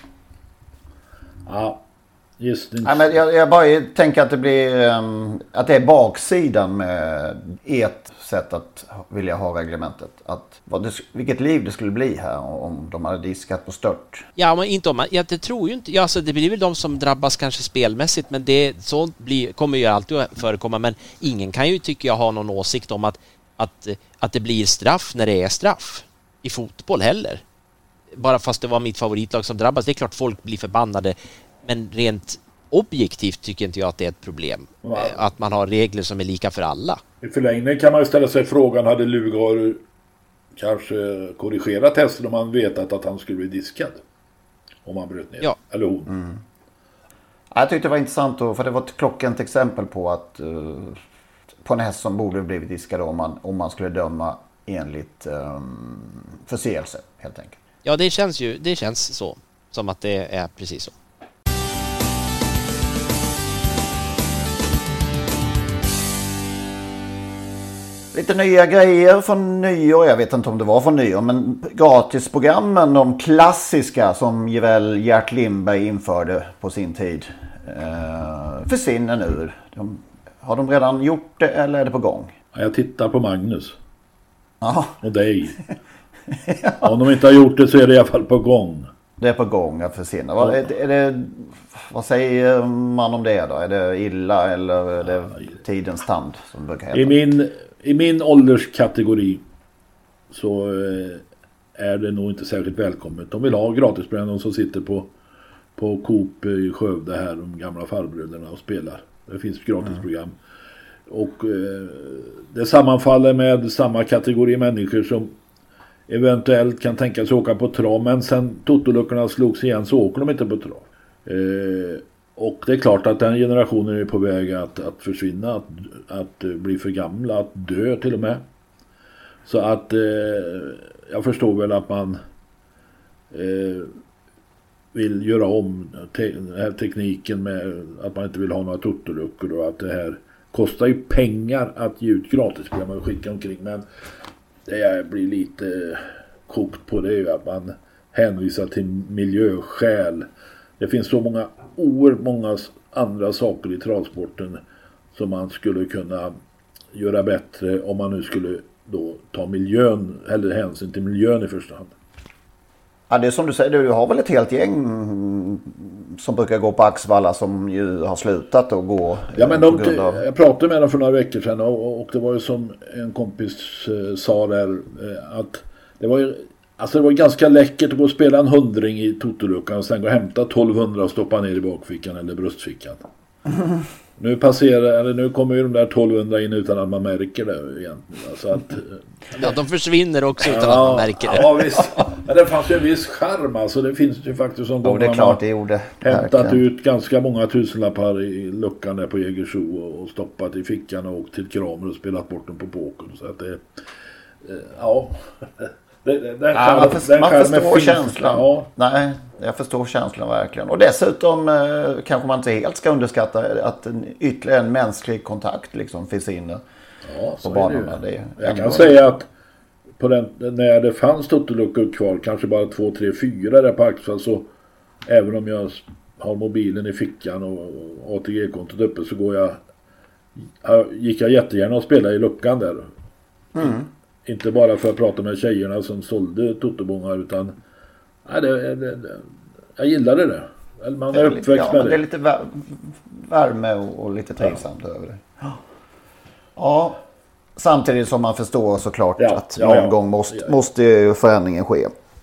[SPEAKER 10] Ja, just det.
[SPEAKER 9] Ja, men jag, jag bara tänker att det blir um, att det är baksidan med ert sätt att vilja ha reglementet. Att vad det, vilket liv det skulle bli här om de hade diskat på stört.
[SPEAKER 11] Ja, men inte om man, jag det tror ju inte. Ja, alltså det blir väl de som drabbas kanske spelmässigt, men det så blir kommer ju alltid att förekomma, men ingen kan ju tycker jag ha någon åsikt om att att att det blir straff när det är straff i fotboll heller. Bara fast det var mitt favoritlag som drabbas. Det är klart folk blir förbannade, men rent objektivt tycker inte jag att det är ett problem. Ja. Att man har regler som är lika för alla.
[SPEAKER 10] I förlängningen kan man ju ställa sig frågan, hade Lugauer kanske korrigerat testen om man vetat att han skulle bli diskad? Om han bröt ner.
[SPEAKER 11] Ja.
[SPEAKER 10] Eller hon.
[SPEAKER 9] Mm. Jag tyckte det var intressant då, för det var ett klockrent exempel på att uh, på en häst som borde blivit diskad om man, om man skulle döma enligt um, förseelse helt enkelt.
[SPEAKER 11] Ja, det känns ju det känns så som att det är precis så.
[SPEAKER 9] lite nya grejer från nyår. Jag vet inte om det var från nyår, men gratisprogrammen, de klassiska som väl Gert Lindberg införde på sin tid, eh, försvinner nu. De, har de redan gjort det eller är det på gång?
[SPEAKER 10] Jag tittar på Magnus.
[SPEAKER 9] Aha.
[SPEAKER 10] Och dig. Ja. Om de inte har gjort det så är det i alla fall på gång.
[SPEAKER 9] Det är på gång att försvinna. Vad, är, är det, vad säger man om det då? Är det illa eller är det tidens tand som brukar heta?
[SPEAKER 10] I min, i min ålderskategori så är det nog inte särskilt välkommet. De vill ha gratisprogram som sitter på, på Coop i Skövde här, de gamla farbröderna och spelar. Det finns gratisprogram. Mm. Och eh, det sammanfaller med samma kategori människor som eventuellt kan tänka sig åka på trav, men sen totoluckorna slogs igen så åker de inte på trav. Eh, och det är klart att den generationen är på väg att, att försvinna, att, att bli för gamla, att dö till och med. Så att eh, jag förstår väl att man eh, vill göra om te- den här tekniken med att man inte vill ha några totoluckor och att det här kostar ju pengar att ge ut gratisprogram och skicka omkring, men det jag blir lite kokt på det är ju att man hänvisar till miljöskäl. Det finns så många oerhört många andra saker i travsporten som man skulle kunna göra bättre om man nu skulle då ta miljön eller hänsyn till miljön i första hand.
[SPEAKER 9] Ja, det är som du säger, du har väl ett helt gäng som brukar gå på Axvalla som ju har slutat att gå.
[SPEAKER 10] Ja, men de, av... jag pratade med dem för några veckor sedan och, och det var ju som en kompis eh, sa där eh, att det var ju alltså det var ganska läckert att gå och spela en hundring i totoluckan och sen gå och hämta tolvhundra och stoppa ner i bakfickan eller bröstfickan. Mm. Nu passerar, eller nu kommer ju de där tolvhundra in utan att man märker det egentligen. Alltså att,
[SPEAKER 11] ja, de försvinner också utan
[SPEAKER 10] ja,
[SPEAKER 11] att man märker det.
[SPEAKER 10] Ja, visst. Men det fanns ju en viss charm, alltså det finns ju faktiskt som
[SPEAKER 9] gånger ja, det är klart, det gjorde
[SPEAKER 10] hämtat verkligen ut ganska många tusenlappar i luckan där på Jägersro och, och stoppat i fickan och åkt till Kramer och spelat bort dem på poker. Så att det, ja... Det, det, det,
[SPEAKER 9] ja, man, för, man förstår
[SPEAKER 10] finns,
[SPEAKER 9] känslan.
[SPEAKER 10] Ja.
[SPEAKER 9] Nej, jag förstår känslan verkligen. Och dessutom eh, kanske man inte helt ska underskatta att en, ytterligare en mänsklig kontakt liksom finns inne
[SPEAKER 10] ja,
[SPEAKER 9] på banorna. Det är
[SPEAKER 10] jag kan säga att på den, när det fanns totoluckor kvar, kanske bara två, tre, fyra där på Axel, så även om jag har mobilen i fickan och, och A T G-kontot uppe så går jag, gick jag jättegärna och spela i luckan där.
[SPEAKER 9] Mm.
[SPEAKER 10] Inte bara för att prata med tjejerna som sålde totobongar utan nej, det, det, det, jag gillade det. Man är, är uppväxt
[SPEAKER 9] lite, ja,
[SPEAKER 10] med det.
[SPEAKER 9] Det är lite värme och, och lite trivsamt ja. över det. Ja. ja, samtidigt som man förstår såklart ja, att ja, någon ja. gång måste, ja. måste förändringen ske.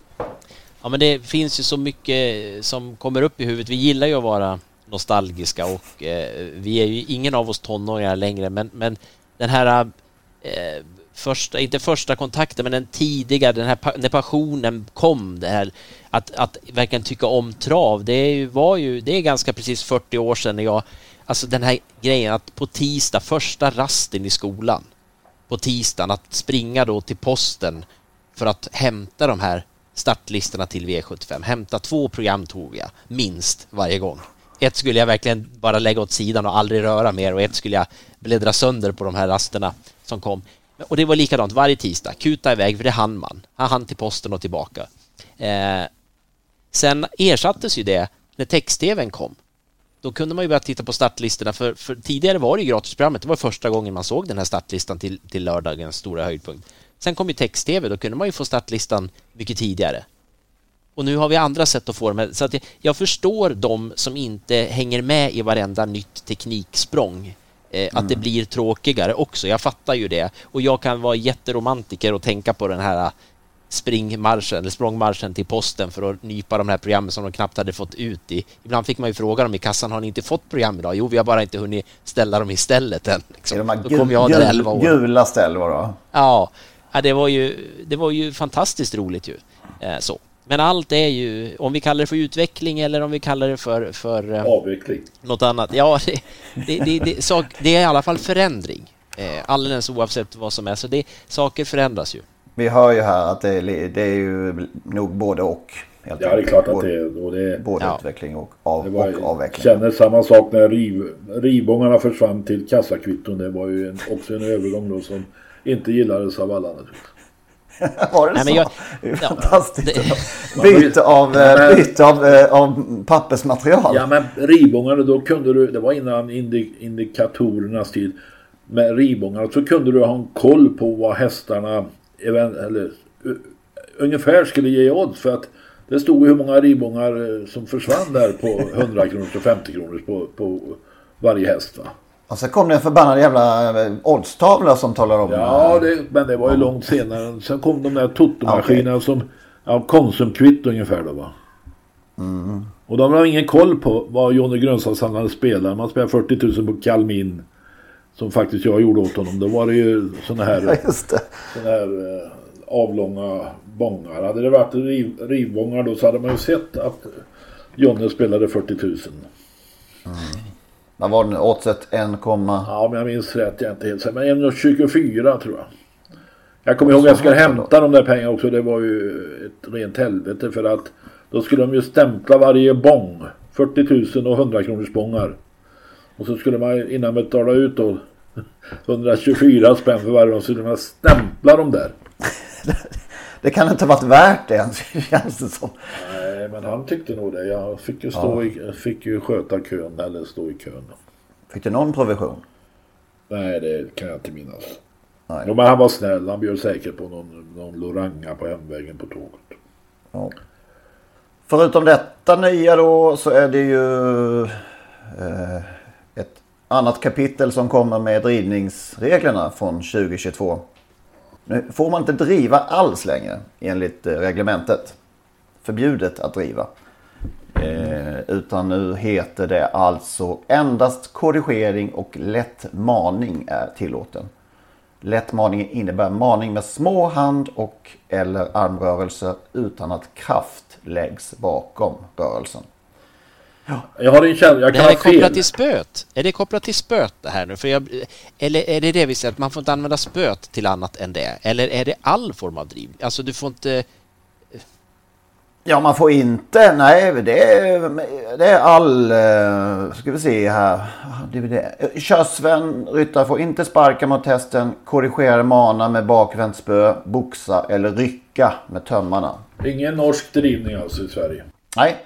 [SPEAKER 11] Ja, men det finns ju så mycket som kommer upp i huvudet. Vi gillar ju att vara nostalgiska och eh, vi är ju ingen av oss tonåringar längre, men, men den här eh, första, inte första kontakten, men den tidiga, den här, när passionen kom, det här att, att verkligen tycka om trav, det är ju, var ju, det är ganska precis fyrtio år sedan när jag, alltså den här grejen att på tisdag, första rasten i skolan, på tisdagen, att springa då till posten för att hämta de här startlistorna till V sjuttiofem, hämta två program tog jag, minst varje gång. Ett skulle jag verkligen bara lägga åt sidan och aldrig röra mer, och ett skulle jag bläddra sönder på de här rasterna som kom. Och det var likadant varje tisdag. Kuta iväg, för det hann man. Han hann till posten och tillbaka. Eh, sen ersattes ju det när text-tvn kom. Då kunde man ju börja titta på startlistorna. För, för tidigare var det ju gratisprogrammet. Det var första gången man såg den här startlistan till, till lördagens stora höjdpunkt. Sen kom ju text-tv. Då kunde man ju få startlistan mycket tidigare. Och nu har vi andra sätt att få dem. Så att jag, jag förstår de som inte hänger med i varenda nytt tekniksprång. Eh, att mm. det blir tråkigare också. Jag fattar ju det. Och jag kan vara jätteromantiker och tänka på den här springmarschen eller språngmarschen till posten för att nypa de här programmen som de knappt hade fått ut i. Ibland fick man ju fråga dem i kassan, har ni inte fått program idag? Jo, vi har bara inte hunnit ställa dem istället än. Liksom.
[SPEAKER 9] De Då kom jag där elva år. Gula ställ var då?
[SPEAKER 11] Ja, ja det, var ju, det var ju fantastiskt roligt ju. Eh, så. Men allt är ju, om vi kallar det för utveckling eller om vi kallar det för, för eh,
[SPEAKER 10] avveckling.
[SPEAKER 11] Något annat. Ja, det, det, det, det, så, det är i alla fall förändring. Eh, alldeles oavsett vad som är. Så det, saker förändras ju.
[SPEAKER 9] Vi hör ju här att det är, det är ju nog både och.
[SPEAKER 10] Helt ja, det är klart att det är. Och det är
[SPEAKER 9] både ja. utveckling och, av,
[SPEAKER 10] var,
[SPEAKER 9] och avveckling.
[SPEAKER 10] Jag känner samma sak när riv, rivbångarna försvann till kassakvitton. Det var ju en, också en övergång då som inte gillades av alla naturligtvis.
[SPEAKER 9] Var det
[SPEAKER 11] Nej,
[SPEAKER 9] så?
[SPEAKER 11] men jag,
[SPEAKER 9] det är
[SPEAKER 11] ja,
[SPEAKER 9] fantastiskt.
[SPEAKER 11] det,
[SPEAKER 9] byte av,
[SPEAKER 10] men,
[SPEAKER 9] byte av, av pappersmaterial.
[SPEAKER 10] Ja, men ribångarna, då kunde du, det var innan indi, indikatorernas tid, med ribångarna så kunde du ha en koll på vad hästarna eller, uh, ungefär skulle ge odds, för att det stod hur många ribångar som försvann där på hundra kronor och femtio kronor på, på varje häst, va?
[SPEAKER 9] Och så kom det en förbannad jävla oddstavla som talar om...
[SPEAKER 10] Ja, det, men det var ju långt senare. Sen kom de där totomaskinerna okay. som ja, Konsumkvitt ungefär då, va?
[SPEAKER 9] Mm.
[SPEAKER 10] Och de har ingen koll på vad Johnny Grönsakshandlare spelar. Man spelar fyrtio tusen på Kalmin, som faktiskt jag gjorde åt honom. Då var det ju såna här,
[SPEAKER 9] ja, just det.
[SPEAKER 10] såna här eh, avlånga bångar. Hade det varit riv, rivbångar då så hade man ju sett att Johnny spelade fyrtio tusen.
[SPEAKER 9] Mm. Det var den oddset en,
[SPEAKER 10] ja, men jag minns rätt, jag är inte helt säker, men en komma tjugofyra tror jag. Jag kommer ihåg att jag ska hämta de där pengarna också. Det var ju ett rent helvete, för att då skulle de ju stämpla varje bång, fyrtio tusen och hundra kronors bångar. Och så skulle man innan man betala ut då hundratjugofyra spänn för varje, så skulle man stämpla dem där.
[SPEAKER 9] Det kan inte ha varit värt det, känns det som.
[SPEAKER 10] Nej, men han tyckte nog det. Jag fick ju, stå ja. i, fick ju sköta kön, eller stå i kön.
[SPEAKER 9] Fick du någon provision?
[SPEAKER 10] Nej, det kan jag inte minnas.
[SPEAKER 9] Nej.
[SPEAKER 10] Jo, men han var snäll. Han bjöd säkert på någon, någon loranga på hemvägen på tåget.
[SPEAKER 9] Ja. Förutom detta nya då så är det ju eh, ett annat kapitel som kommer med drivningsreglerna från tjugo tjugotvå. Nu får man inte driva alls längre enligt reglementet. Förbjudet att driva. Eh, utan nu heter det alltså endast korrigering och lätt maning är tillåten. Lätt maning innebär maning med små hand- och eller armrörelser utan att kraft läggs bakom rörelsen.
[SPEAKER 10] Ja. Jag har en känsla, jag kan
[SPEAKER 11] det här är
[SPEAKER 10] fel.
[SPEAKER 11] kopplat till spöt. Är det kopplat till spöt det här nu? För jag, eller är det det vi säger att man får inte använda spöt till annat än det? Eller är det all form av driv? Alltså du får inte...
[SPEAKER 9] Ja, man får inte, nej, det är, det är all, ska vi se här, körsvän, ryttare får inte sparka mot hästen, korrigera mana med bakvänt spö, boxa eller rycka med tömmarna.
[SPEAKER 10] Ingen norsk drivning alltså i Sverige?
[SPEAKER 9] Nej.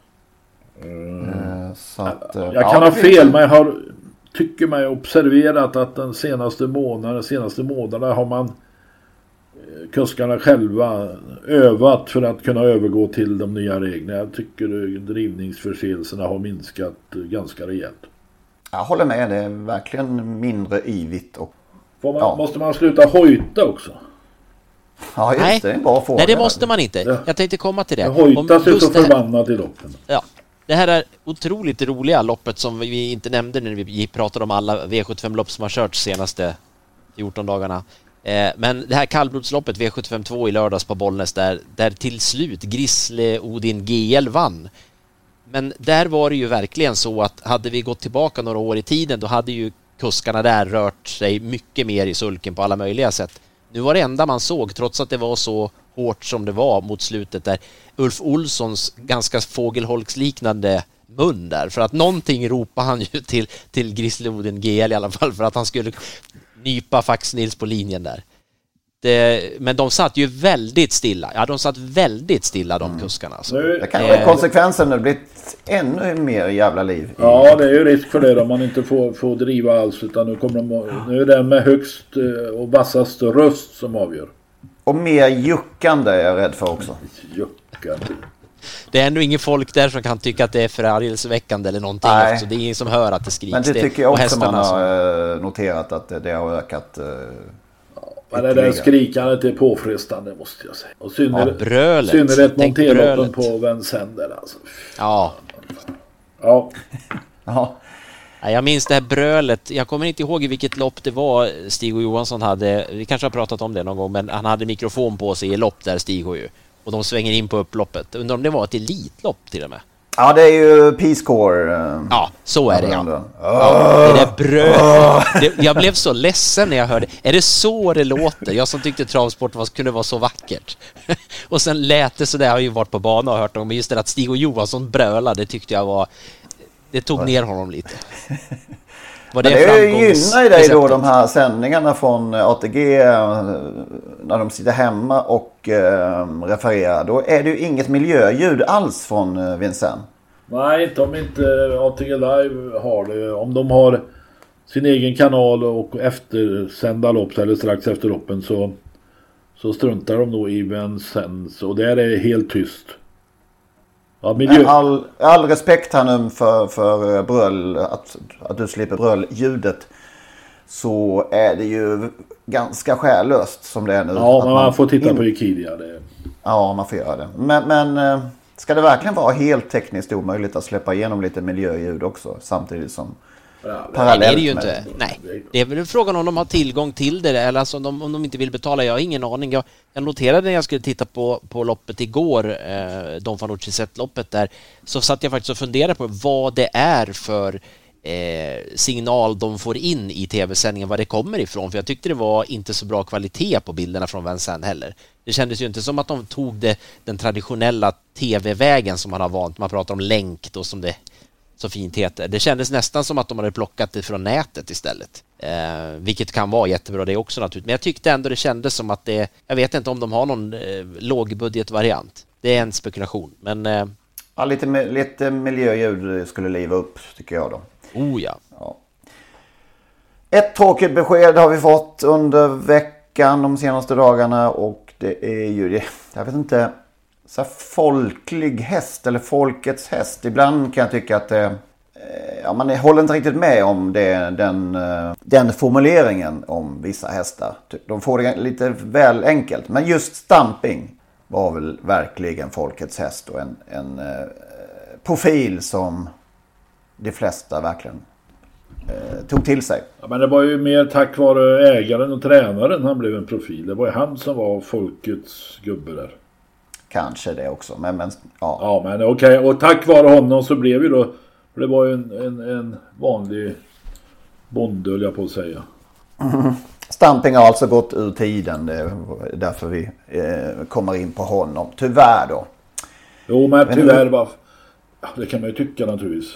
[SPEAKER 10] Mm.
[SPEAKER 9] Så att,
[SPEAKER 10] jag kan ja, ha fel, men jag har, tycker mig observerat att den senaste månaden, senaste månaderna har man kuskarna själva övat för att kunna övergå till de nya reglerna. Jag tycker drivningsförseelserna har minskat ganska rejält.
[SPEAKER 9] Jag håller med, det är verkligen mindre yvigt. Och,
[SPEAKER 10] man,
[SPEAKER 9] ja.
[SPEAKER 10] Måste man sluta hojta också?
[SPEAKER 9] Ja, just
[SPEAKER 11] Nej.
[SPEAKER 9] det. är en bra fråga.
[SPEAKER 11] Nej, det måste man inte. Ja. Jag tänkte komma till det.
[SPEAKER 10] Jag hojtas ju så förbannat i loppen.
[SPEAKER 11] Ja. Det här är otroligt roliga loppet som vi inte nämnde när vi pratade om alla V sjuttiofem-lopp som har kört senaste fjorton dagarna. Men det här kallblodsloppet V sjuttiofem två i lördags på Bollnäs där, där till slut Grisle Odin G L vann. Men där var det ju verkligen så att hade vi gått tillbaka några år i tiden då hade ju kuskarna där rört sig mycket mer i sulken på alla möjliga sätt. Nu var det enda man såg, trots att det var så hårt som det var mot slutet där, Ulf Olssons ganska fågelholksliknande mun där. För att någonting ropade han ju till, till Grisle Odin G L i alla fall för att han skulle nypa Fax Nils på linjen där. Det, men de satt ju väldigt stilla. Ja, de satt väldigt stilla de mm. kuskarna. Alltså.
[SPEAKER 9] Det kan vara konsekvensen, det blivit ännu mer jävla liv.
[SPEAKER 10] Ja, det är ju risk för det om man inte får, får driva alls. Utan nu, kommer de, nu är det med högst och vassast röst som avgör.
[SPEAKER 9] Och mer juckande är jag rädd för också.
[SPEAKER 10] Juckande.
[SPEAKER 11] Det är ändå ingen folk där som kan tycka att det är förargelseväckande eller någonting. Så det är ingen som hör att det skriks.
[SPEAKER 9] Men det tycker jag också man har som... noterat att det har ökat.
[SPEAKER 10] Men det där skrikandet är påfrestande, måste jag säga. Och synnerhet,
[SPEAKER 11] ja, brölet.
[SPEAKER 10] synnerhet monterloppen på Vincennes alltså.
[SPEAKER 11] Ja.
[SPEAKER 10] Ja.
[SPEAKER 9] Ja.
[SPEAKER 11] Jag minns det här brölet. Jag kommer inte ihåg i vilket lopp det var Stig och Johansson hade. Vi kanske har pratat om det någon gång, men han hade mikrofon på sig i lopp där, Stig och ju. Och de svänger in på upploppet. Undrar om det var ett elitlopp till och med.
[SPEAKER 9] Ja, det är ju Peace Corps.
[SPEAKER 11] Ja, så är det. Ja. Ja, det där bröd. Det, jag blev så ledsen när jag hörde. Är det så det låter? Jag som tyckte travsport var, kunde vara så vackert. Och sen lät det så där. Jag har ju varit på banan och hört om. Men just det att Stig och Johansson brölade, det tyckte jag var... Det tog ner honom lite. Var det,
[SPEAKER 9] det gynnar ju dig då de här sändningarna från A T G när de sitter hemma och eh, refererar. Då är det ju inget miljöljud alls från eh, Vincennes.
[SPEAKER 10] Nej, inte om inte A T G Live har det. Om de har sin egen kanal och eftersända lopp eller strax efter loppen så, så struntar de då i Vincennes. Och där är det helt tyst. Ja, miljö... all,
[SPEAKER 9] all respekt här nu för, för bröll, att, att du slipper bröll-ljudet, så är det ju ganska skärlöst som det är nu.
[SPEAKER 10] Ja, man, man får titta
[SPEAKER 9] in...
[SPEAKER 10] på Wikipedia. Det...
[SPEAKER 9] Ja, man får göra det. Men, men ska det verkligen vara helt tekniskt omöjligt att släppa igenom lite miljöljud också samtidigt som
[SPEAKER 11] ja, parallellt? Nej, det är det ju inte. Nej, det är väl frågan om de har tillgång till det eller alltså om de, om de inte vill betala. Jag har ingen aning. Jag, jag noterade när jag skulle titta på, på loppet igår, eh, Don Fanucci-loppet där, så satt jag faktiskt och funderade på vad det är för eh, signal de får in i tv-sändningen, vad det kommer ifrån. För jag tyckte det var inte så bra kvalitet på bilderna från Vincennes heller. Det kändes ju inte som att de tog det, den traditionella tv-vägen som man har vant. Man pratar om länk då, som det så fint heter. Det kändes nästan som att de hade plockat det från nätet istället. Eh, vilket kan vara jättebra det också naturligtvis. Men jag tyckte ändå det kändes som att det... Jag vet inte om de har någon eh, lågbudgetvariant. Det är en spekulation. Men... Eh,
[SPEAKER 9] ja, lite, lite miljöljud skulle liva upp, tycker jag då.
[SPEAKER 11] Oh ja.
[SPEAKER 9] ja. Ett tråkigt besked har vi fått under veckan, de senaste dagarna. Och det är ju det... Jag vet inte... Så folklig häst eller folkets häst. Ibland kan jag tycka att det, ja, man håller inte riktigt med om det, den, den formuleringen om vissa hästar. De får det lite väl enkelt. Men just Stamping var väl verkligen folkets häst och en, en eh, profil som de flesta verkligen eh, tog till sig.
[SPEAKER 10] Ja, men det var ju mer tack vare ägaren och tränaren han blev en profil. Det var ju han som var folkets gubbe där.
[SPEAKER 9] Kanske det också, men, men ja.
[SPEAKER 10] Ja, men okej. Okay. Och tack vare honom så blev ju då, för det var ju en, en, en vanlig bonde, höll jag på att säga.
[SPEAKER 9] Mm. Stamping har alltså gått ur tiden, det är därför vi eh, kommer in på honom. Tyvärr då.
[SPEAKER 10] Jo, men, men tyvärr var, ja, det kan man ju tycka naturligtvis.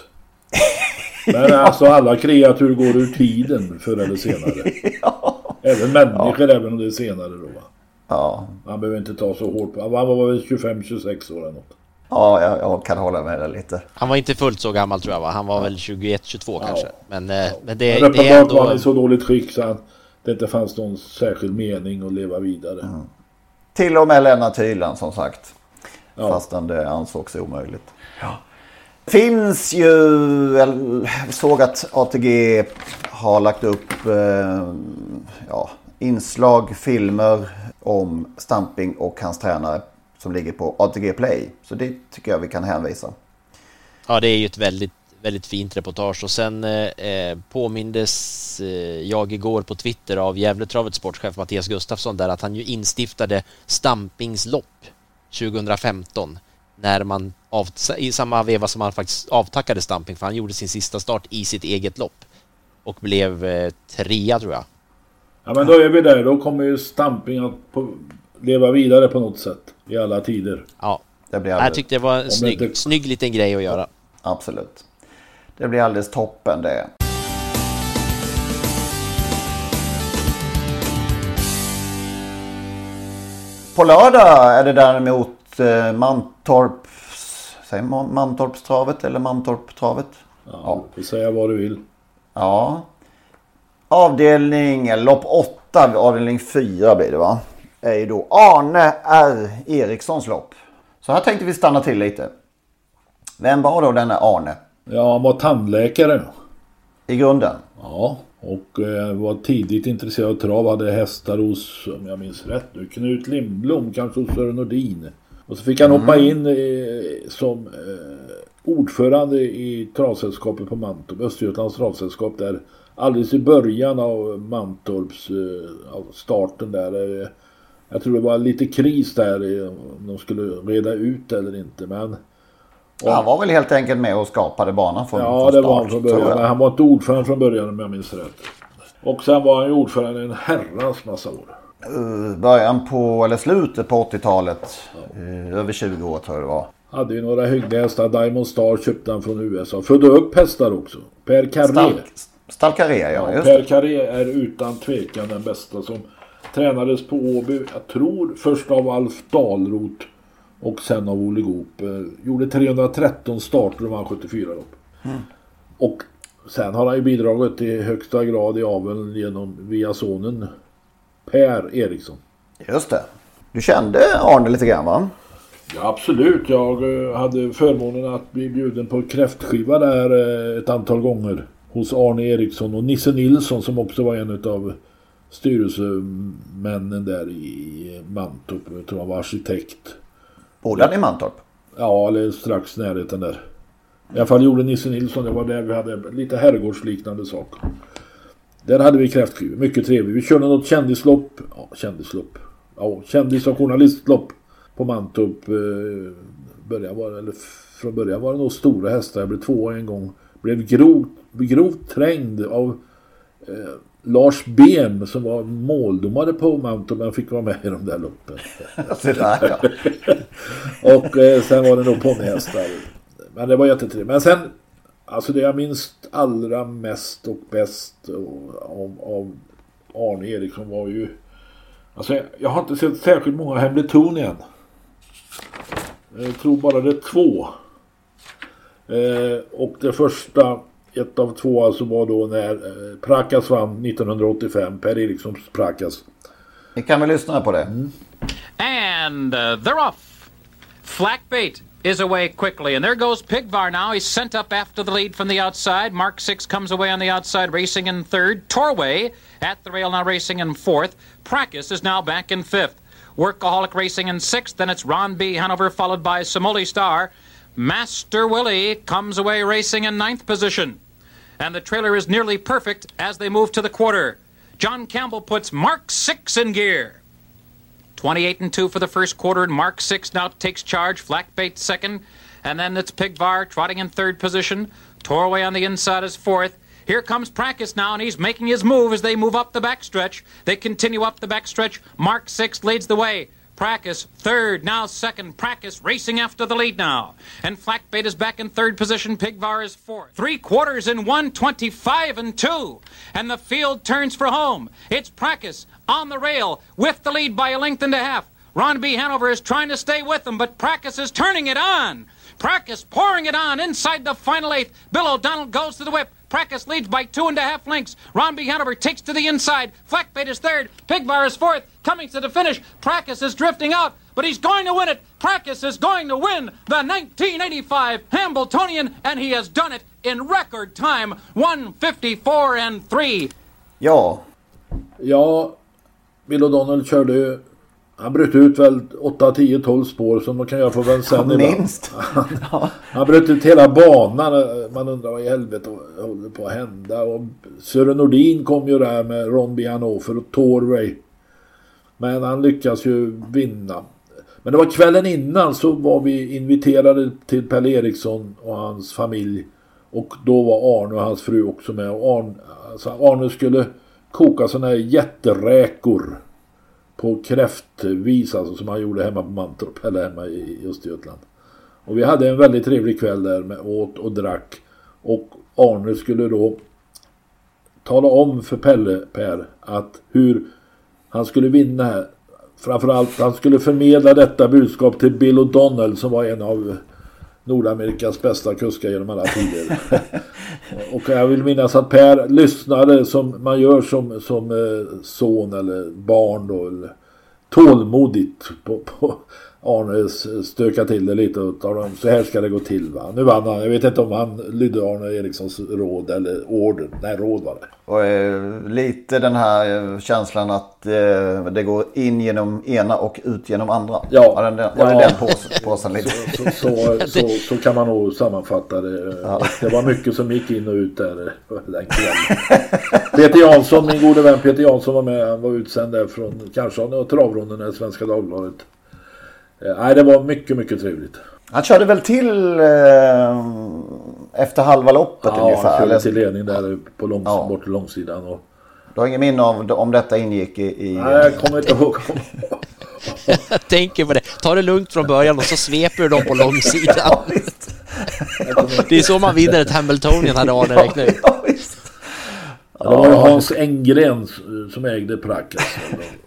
[SPEAKER 10] Men ja. Alltså alla kreatur går ur tiden förr eller senare. Ja. Även människor, ja. Även om det är senare då, va?
[SPEAKER 9] Ja.
[SPEAKER 10] Han behöver inte ta så hårt på. Han var väl tjugofem tjugosex år eller något.
[SPEAKER 9] Ja, jag, jag kan hålla med det lite.
[SPEAKER 11] Han var inte fullt så gammal tror jag, va? Han var ja. väl tjugoett tjugotvå ja. kanske. Men, ja. men det,
[SPEAKER 10] men
[SPEAKER 11] det är ändå...
[SPEAKER 10] var i så dåligt skick så att det inte fanns någon särskild mening att leva vidare. Mm.
[SPEAKER 9] Till och med Lennart Hyland som sagt.
[SPEAKER 10] Ja.
[SPEAKER 9] Fastän det ansågs omöjligt. Ja. Finns ju, jag såg att A T G har lagt upp eh, ja, inslag, filmer om Stamping och hans tränare som ligger på A T G Play. Så det tycker jag vi kan hänvisa.
[SPEAKER 11] Ja, det är ju ett väldigt, väldigt fint reportage. Och sen eh, påmindes eh, jag igår på Twitter av Gävletravets sportchef Mattias Gustafsson där att han ju instiftade Stampingslopp tjugohundrafemton när man av, i samma veva som han faktiskt avtackade Stamping, för han gjorde sin sista start i sitt eget lopp och blev eh, trea tror jag.
[SPEAKER 10] Ja, men då är vi där. Då kommer ju Stamping att på, leva vidare på något sätt i alla tider.
[SPEAKER 11] Ja,
[SPEAKER 9] det blir alldeles...
[SPEAKER 11] jag tyckte det var en snygg, inte... snygg liten grej att göra.
[SPEAKER 9] Absolut. Det blir alldeles toppen det. På lördag är det däremot eh, Mantorp, säger man Mantorpstravet eller Mantorptravet?
[SPEAKER 10] Ja, ja. Du får säga vad du vill.
[SPEAKER 9] Ja. Avdelning, lopp åtta, avdelning fyra blir det va? Är ju då Arne R. Erikssons lopp. Så här tänkte vi stanna till lite. Vem var då denna Arne?
[SPEAKER 10] Ja, han var tandläkare.
[SPEAKER 9] I grunden?
[SPEAKER 10] Ja, och eh, var tidigt intresserad av trav. Hade hästar hos, om jag minns rätt nu, Knut Lindblom, kanske hos Sören Nordin. Och så fick han mm. hoppa in eh, som eh, ordförande i travsällskapet på Mantorp, Östergötlands travsällskap där. Alldeles i början av Mantorps eh, av starten där. Eh, jag tror det var lite kris där eh, om de skulle reda ut eller inte, men...
[SPEAKER 9] Och, han var väl helt enkelt med och skapade banan från,
[SPEAKER 10] ja,
[SPEAKER 9] från
[SPEAKER 10] det var han från början. Men han var inte ordförande från början om jag minns rätt. Och sen var han ju ordförande en herrans massa år.
[SPEAKER 9] Uh, början på, eller slutet på åttiotalet. Ja. Uh, över tjugo år tror jag det var.
[SPEAKER 10] Hade ju några hyggliga hästar. Diamond Star köpte han från U S A. Födde upp hästar också. Per Carré.
[SPEAKER 9] Stamp, Stall Carré, ja.
[SPEAKER 10] ja
[SPEAKER 9] Just
[SPEAKER 10] Per
[SPEAKER 9] det.
[SPEAKER 10] Carré är utan tvekan den bästa som tränades på Åby. Jag tror först av Alf Dahlroth och sen av Olle Goop. Gjorde trehundratretton starter och vann sjuttiofyra lopp. Mm. Och sen har han ju bidragit i högsta grad i aveln genom via sonen Per Eriksson.
[SPEAKER 9] Just det. Du kände Arne lite grann, va?
[SPEAKER 10] Ja, absolut. Jag hade förmånen att bli bjuden på kräftskiva där ett antal gånger hos Arne Eriksson och Nisse Nilsson som också var en av styrelsemännen där i Mantorp. Jag tror han var arkitekt.
[SPEAKER 9] Bodde han i Mantorp?
[SPEAKER 10] Ja, eller strax närheten där. I alla fall gjorde Nisse Nilsson, det var där vi hade lite herrgårdsliknande saker. Där hade vi kräftskiva, mycket trevligt. Vi körde något kändislopp, ja, kändislopp. Ja, kändis- och journalistlopp på Mantorp. Eh, början var, eller från början var det nog stora hästar. Jag blev två en gång. Blev grovt, grovt trängd av eh, Lars Ben som var måldomare på Mantorp. Men fick vara med i de där loppen.
[SPEAKER 9] där, ja.
[SPEAKER 10] Och eh, sen var det nog ponnyhästar. Men det var jättetrevligt. Men sen, alltså det jag minns allra mest och bäst av, av Arne Eriksson var ju, alltså jag, jag har inte sett särskilt många Hambleton igen. Jag tror bara det är två. Eh, och det första, ett av två alltså var då när eh, Prakas vann nittonhundraåttiofem, Per Erikssons Prakas.
[SPEAKER 9] Vi kan väl lyssna på det.
[SPEAKER 10] Mm.
[SPEAKER 12] And uh, they're off. Flackbait is away quickly, and there goes Pigvar now. He's sent up after the lead from the outside. Mark six comes away on the outside, racing in third. Torway at the rail now, racing in fourth. Prakas is now back in fifth. Workaholic racing in sixth. Then it's Ron B. Hanover, followed by Somoli Star. Master Willie comes away racing in ninth position. And the trailer is nearly perfect as they move to the quarter. John Campbell puts Mark six in gear. twenty-eight and two for the first quarter, and Mark six now takes charge. Flackbait second, and then it's Pigvar trotting in third position. Torway on the inside is fourth. Here comes Prakas now, and he's making his move as they move up the backstretch. They continue up the backstretch. Mark six leads the way. Prakas third, now second. Prakas racing after the lead now. And Flackbait is back in third position. Pigvar is fourth. Three quarters in one, twenty-five and two. And the field turns for home. It's Prakas on the rail with the lead by a length and a half. Ron B. Hanover is trying to stay with them, but Prakas is turning it on. Prakas pouring it on inside the final eighth. Bill O'Donnell goes to the whip. Prakas leads by two and a half lengths. Ron B. Hanover takes to the inside. Flackbait is third. Pigvar is fourth. Coming to the finish. Prakas is drifting out, but he's going to win it. Prakas is going to win the nineteen eighty-five Hambletonian, and he has done it in record time. one fifty-four and three.
[SPEAKER 10] Ja. Ja, Bill O'Donnell körde ju, han bröt ut väl åtta, tio, tolv spår som man kan göra på Vincennes.
[SPEAKER 9] Minst.
[SPEAKER 10] Han, han bröt ut hela banan. Man undrar vad i helvete håller på att hända. Och Sören Nordin kom ju där med Ron B. Hanover och Torway. Men han lyckas ju vinna. Men det var kvällen innan så var vi inviterade till Pelle Eriksson och hans familj. Och då var Arne och hans fru också med. Och Arne, alltså Arne skulle koka såna här jätteräkor på kräftvis, alltså som han gjorde hemma på Mantorp eller hemma i Östergötland. Och vi hade en väldigt trevlig kväll där med åt och drack. Och Arne skulle då tala om för Pelle Per att hur han skulle vinna här. Framförallt han skulle förmedla detta budskap till Bill O'Donnell som var en av Nordamerikas bästa kuskar genom alla tider. Och jag vill minnas att Per lyssnade som man gör som, som eh, son eller barn då, eller tålmodigt på, på Arne stöka till det lite och tala om så här ska det gå till, va. Nu vann han, jag vet inte om han lydde Arne Erikssons råd eller order, nej råd var det.
[SPEAKER 9] Och eh, lite den här eh, känslan att eh, det går in genom ena och ut genom andra.
[SPEAKER 10] Ja,
[SPEAKER 9] var den, var
[SPEAKER 10] ja.
[SPEAKER 9] det den påsen, påsen lite?
[SPEAKER 10] Så, så, så, så, så kan man nog sammanfatta det. Ja. Det var mycket som gick in och ut där den kvällen. Peter Jansson, min gode vän Peter Jansson var med, han var utsänd där från kanske av travronden i Svenska Dagbladet. Nej, det var mycket, mycket trevligt.
[SPEAKER 9] Han körde väl till eh, efter halva loppet
[SPEAKER 10] ja,
[SPEAKER 9] ungefär?
[SPEAKER 10] Ja, han körde
[SPEAKER 9] eller?
[SPEAKER 10] till ledning där på långs,
[SPEAKER 9] ja.
[SPEAKER 10] bort långsidan. Och...
[SPEAKER 9] Du har ingen minne av om detta ingick i... i...
[SPEAKER 10] Nej, jag kommer inte ihåg.
[SPEAKER 11] Jag tänker på det. Ta det lugnt från början och så sveper du dem på långsidan. Ja, det är så man vinner ett Hambletonian, hade Arne räknat ut.
[SPEAKER 9] Ja, visst.
[SPEAKER 10] Ja, det var ju Hans Enggren som ägde Prackas.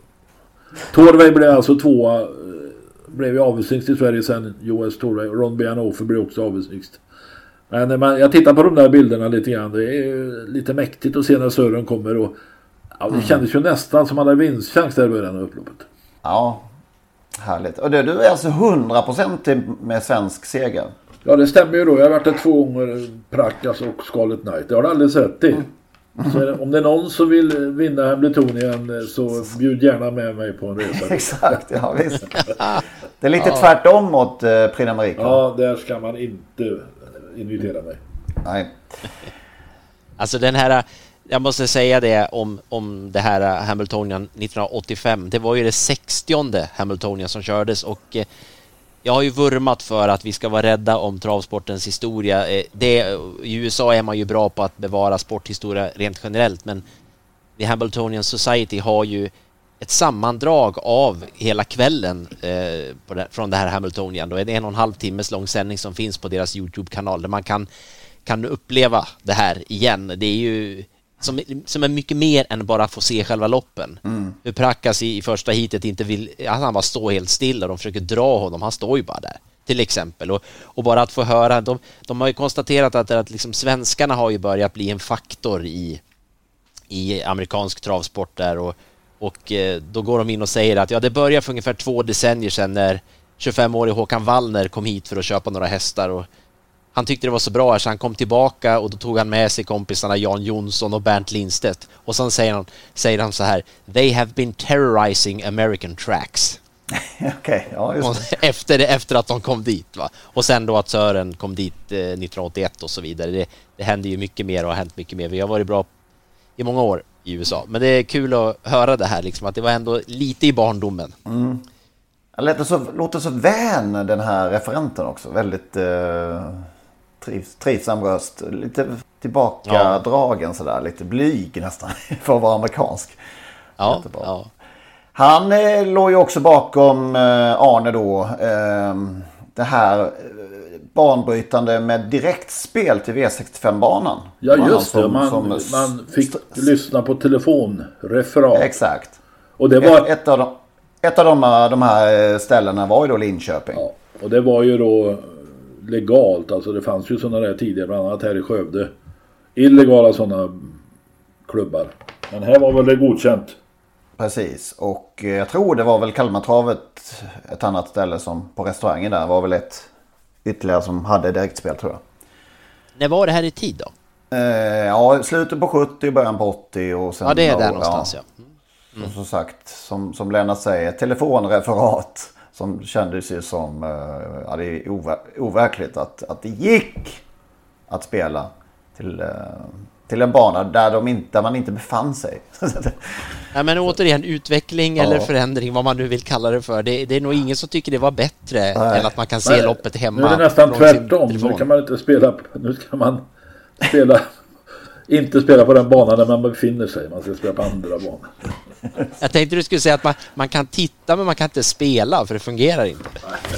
[SPEAKER 10] Torway blev alltså tvåa, blev ju avundsnikt i Sverige sen, U S Torway. Ron Bianofer blev också avundsnikt. Men när man, jag tittar på de där bilderna lite grann, det är lite mäktigt att se när Sören kommer och ja, det kändes ju nästan som han hade vinstchans där i början av upploppet.
[SPEAKER 9] Ja, härligt. Och det, du är alltså hundra procent med svensk seger?
[SPEAKER 10] Ja, det stämmer ju då. Jag har varit där två gånger, Prackas och Scarlet Knight. Det har du alldeles rätt i. Mm. Så om det är någon som vill vinna Hambletonien så bjud gärna med mig på en resa.
[SPEAKER 9] Exakt, ja visst. Det är lite ja. tvärtom mot eh, Prix d'Amérique.
[SPEAKER 10] Ja, där ska man inte invitera mig.
[SPEAKER 9] Nej.
[SPEAKER 11] Alltså den här, jag måste säga det om, om det här Hambletonien nittonhundraåttiofem. Det var ju det sextionde Hambletonien som kördes och eh, jag har ju vurmat för att vi ska vara rädda om travsportens historia. Det, i U S A är man ju bra på att bevara sporthistoria rent generellt, men The Hambletonian Society har ju ett sammandrag av hela kvällen eh, på det, från det här Hambletonien. Då är det en och en halv timmes lång sändning som finns på deras YouTube-kanal där man kan, kan uppleva det här igen. Det är ju som, som är mycket mer än bara att få se själva loppen. Mm. Hur Prackas i, i första heatet inte vill, han bara står helt still och de försöker dra honom, han står ju bara där till exempel, och, och bara att få höra, de, de har ju konstaterat att, att liksom, svenskarna har ju börjat bli en faktor i, i amerikansk travsport där, och, och eh, då går de in och säger att ja, det börjar för ungefär två decennier sedan när tjugofemårig Håkan Wallner kom hit för att köpa några hästar, och han tyckte det var så bra så han kom tillbaka och då tog han med sig kompisarna Jan Jonsson och Bernt Lindstedt. Och sen säger han, säger han så här: They have been terrorizing American tracks.
[SPEAKER 9] Okay, ja, just
[SPEAKER 11] det. Efter, efter att de kom dit. Va? Och sen då att Sören kom dit eh, nittonhundraåttioett och så vidare. Det, det hände ju mycket mer och har hänt mycket mer. Vi har varit bra i många år i U S A. Men det är kul att höra det här, liksom, att det var ändå lite i barndomen.
[SPEAKER 9] Mm. Det låter så, låter så vän, den här referenten också. Väldigt... Eh... trivsam röst, lite tillbakadragen ja. Sådär, lite blyg nästan för att vara amerikansk.
[SPEAKER 11] Ja, ja.
[SPEAKER 9] Han eh, låg ju också bakom eh, Arne då, eh, det här eh, banbrytande med direktspel till V sextiofem-banan.
[SPEAKER 10] Ja, just det, som, man, som, man fick st- lyssna på telefonreferat.
[SPEAKER 9] Exakt.
[SPEAKER 10] Och det var...
[SPEAKER 9] ett, ett av, de, ett av de, de här ställena var ju då Linköping.
[SPEAKER 10] Ja, och det var ju då legalt, alltså det fanns ju sådana där tidigare, bland annat här i Skövde, illegala sådana klubbar, men här var väl det godkänt.
[SPEAKER 9] Precis, och jag tror det var väl Kalmartravet, ett annat ställe som på restaurangen där var väl ett ytterligare som hade direktspel, tror jag.
[SPEAKER 11] När var det här i tid då?
[SPEAKER 9] Eh, ja, slutet på sjuttio, början på åttio och sen...
[SPEAKER 11] Ja, det är där någonstans, ja.
[SPEAKER 9] ja. Mm. Som sagt, som, som Lennart säger, telefonreferat som kändes ju som, ja, det är over, overkligt att, att det gick att spela till, till en bana där, de inte, där man inte befann sig.
[SPEAKER 11] Ja, men återigen, utveckling
[SPEAKER 9] ja.
[SPEAKER 11] eller förändring, vad man nu vill kalla det för. Det, det är nog ingen som tycker det var bättre Nej. än att man kan se Nej. loppet hemma.
[SPEAKER 10] Nu är det nästan tvärtom. Nu kan man inte spela, nu ska man spela inte spela på den banan där man befinner sig. Man ska spela på andra banor.
[SPEAKER 11] Jag tänkte du skulle säga att man, man kan titta men man kan inte spela för det fungerar inte.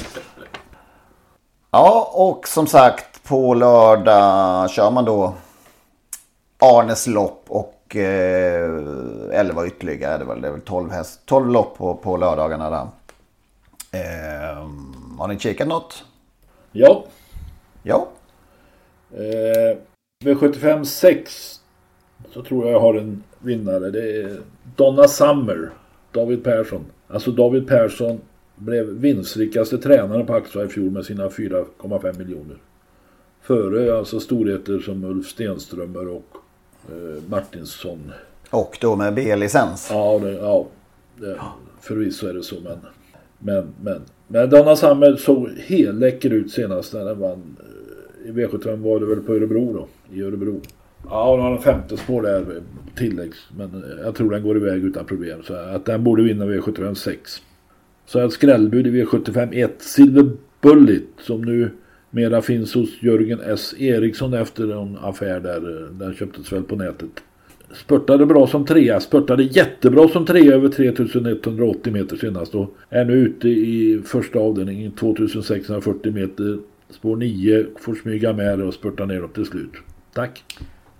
[SPEAKER 9] Ja, och som sagt på lördag kör man då Arnes lopp och eh, elva ytterligare. Det är väl, det är väl tolv, häst, tolv lopp på, på lördagarna där. Eh, har ni kikat något?
[SPEAKER 10] Ja.
[SPEAKER 9] Ja.
[SPEAKER 10] Eh, V sjuttiofem sex så tror jag jag har en vinnare. Det är Donna Summer, David Persson. Alltså David Persson blev vinstrikaste tränare på Axel i fjol med sina fyra komma fem miljoner. Före alltså storheter som Ulf Stenströmer och eh, Martinsson.
[SPEAKER 9] Och då med B-licens.
[SPEAKER 10] Ja, det, ja det, förvisso är det så. Men, men, men, men Donna Summer såg helt läcker ut senast när den vann. I V sjuttiofem var det väl på Örebro då. I Örebro. Ja, hon har en femte spår där tilläggs. Men jag tror den går iväg utan problem. Så att den borde vinna V sjuttiofem sex. Så ett skrällbud i V sjuttiofem ett. Silver Bullet som nu mera finns hos Jörgen S. Eriksson efter en affär där. Den köptes väl på nätet. Spurtade bra som trea. Spurtade jättebra som trea över tre tusen etthundraåttio meter senast. Och är nu ute i första avdelningen två tusen sexhundrafyrtio meter. Spår nio får smyga med och spurta neråt till slut. Tack.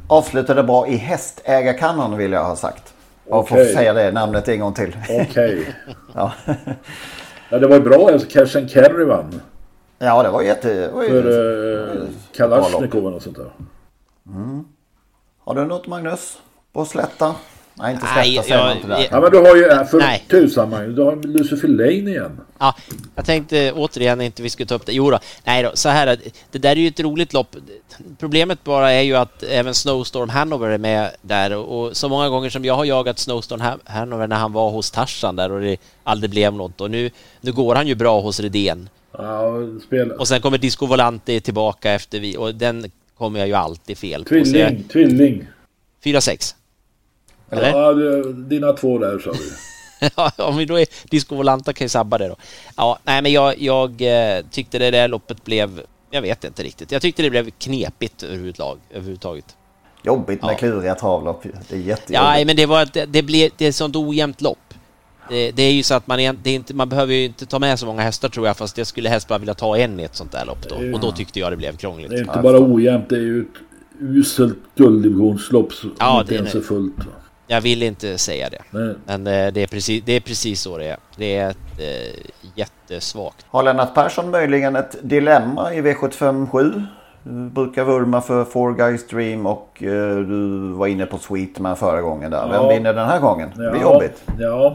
[SPEAKER 9] avslutade bra i hästägarkannan vill jag ha sagt. Och okay. Får säga det namnet en gång till.
[SPEAKER 10] Okej. Okay.
[SPEAKER 9] ja.
[SPEAKER 10] ja, det var bra. Alltså, Cash and Carry vann.
[SPEAKER 9] Ja, det var jätte... Det var
[SPEAKER 10] för uh, Kalashnikov och sånt där.
[SPEAKER 9] Mm. Har du något, Magnus? På slätta? Nej, inte slätta,
[SPEAKER 11] nej,
[SPEAKER 9] säger
[SPEAKER 11] jag,
[SPEAKER 9] man inte där.
[SPEAKER 10] Ja, men du har ju för nej. tusan Magnus, du har Lucifer Lane igen.
[SPEAKER 11] Ja, jag tänkte återigen inte vi skulle ta upp det. Jo då, nej då, så här, det där är ju ett roligt lopp. Problemet bara är ju att även Snowstorm Hanover är med där. Och så många gånger som jag har jagat Snowstorm Hanover när han var hos Tarzan där och det aldrig blev något. Och nu, nu går han ju bra hos Redén.
[SPEAKER 10] Ja, spela.
[SPEAKER 11] Och sen kommer Disco Volante tillbaka efter vi. Och den kommer jag ju alltid fel på.
[SPEAKER 10] Tvilling, tvilling.
[SPEAKER 11] fyra sex.
[SPEAKER 10] Eller? Ja, dina två där sa vi.
[SPEAKER 11] Ja, om vi då är Disco Volanta kan ju sabba det då. Ja, nej men jag, jag tyckte det där loppet blev, jag vet inte riktigt. Jag tyckte det blev knepigt överhuvudtaget.
[SPEAKER 9] Jobbigt med ja. kluriga travlopp. Det är jättejobbigt.
[SPEAKER 11] Ja, men det var det, det blev det är ett sånt ojämnt lopp. Det, det är ju så att man det är inte man behöver ju inte ta med så många hästar tror jag, fast jag skulle helst bara vilja ta en i ett sånt där lopp då. Ja. Och då tyckte jag det blev krångligt.
[SPEAKER 10] Det är inte bara ojämnt, det är ju ett uselt gulddivisionslopp som
[SPEAKER 11] ja,
[SPEAKER 10] inte ens är fullt.
[SPEAKER 11] Jag vill inte säga det.
[SPEAKER 10] Nej.
[SPEAKER 11] Men det är, precis, det är precis så det är. Det är ett, eh, jättesvagt.
[SPEAKER 9] Har Lennart Persson möjligen ett dilemma i V sjuttiofem sju? Du brukar vurma för Four Guys Dream och eh, du var inne på Sweetman förra gången där. Vem ja. vinner den här gången? Det blir
[SPEAKER 10] ja.
[SPEAKER 9] jobbigt.
[SPEAKER 10] Ja.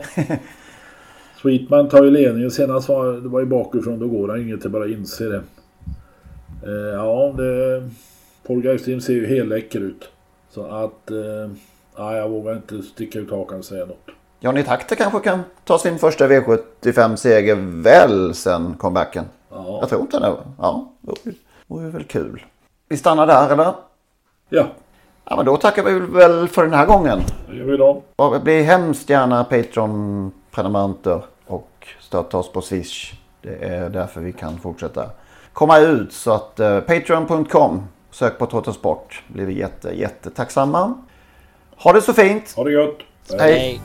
[SPEAKER 10] Sweetman tar ju ledningen. Senast var det var ju bakifrån. Då går han inget, jag bara inser det. Eh, ja, det... Four Guys Dream ser ju helt läcker ut. Så att... Eh, nej, jag vågar inte sticka ut hakan och säga något.
[SPEAKER 9] Johnny Takter kanske kan ta sin första V sjuttiofem-seger väl sen comebacken.
[SPEAKER 10] Ja.
[SPEAKER 9] Jag tror inte det. Ja, det vore väl kul. Vi stannar där, eller?
[SPEAKER 10] Ja.
[SPEAKER 9] Ja, men då tackar vi väl för den här gången.
[SPEAKER 10] Det gör vi då.
[SPEAKER 9] Ja, bli hemskt gärna Patreon-prenumeranter och stötta oss på Swish. Det är därför vi kan fortsätta komma ut. Så att uh, patreon punkt com, sök på Trottosport, blir vi jätte, jätte tacksamma. Ha det så fint.
[SPEAKER 10] Ha det gott.
[SPEAKER 9] Hej. Hej.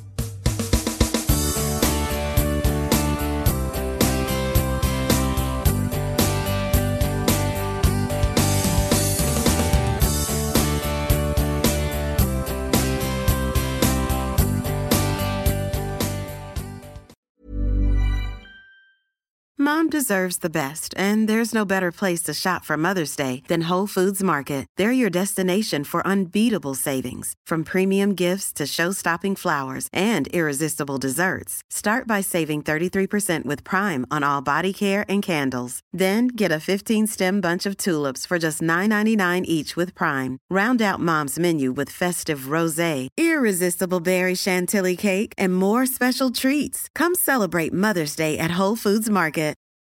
[SPEAKER 13] Mom deserves the best, and there's no better place to shop for Mother's Day than Whole Foods Market. They're your destination for unbeatable savings, from premium gifts to show-stopping flowers and irresistible desserts. Start by saving thirty-three percent with Prime on all body care and candles. Then get a fifteen-stem bunch of tulips for just nine ninety-nine each with Prime. Round out Mom's menu with festive rosé, irresistible berry chantilly cake, and more special treats. Come celebrate Mother's Day at Whole Foods Market.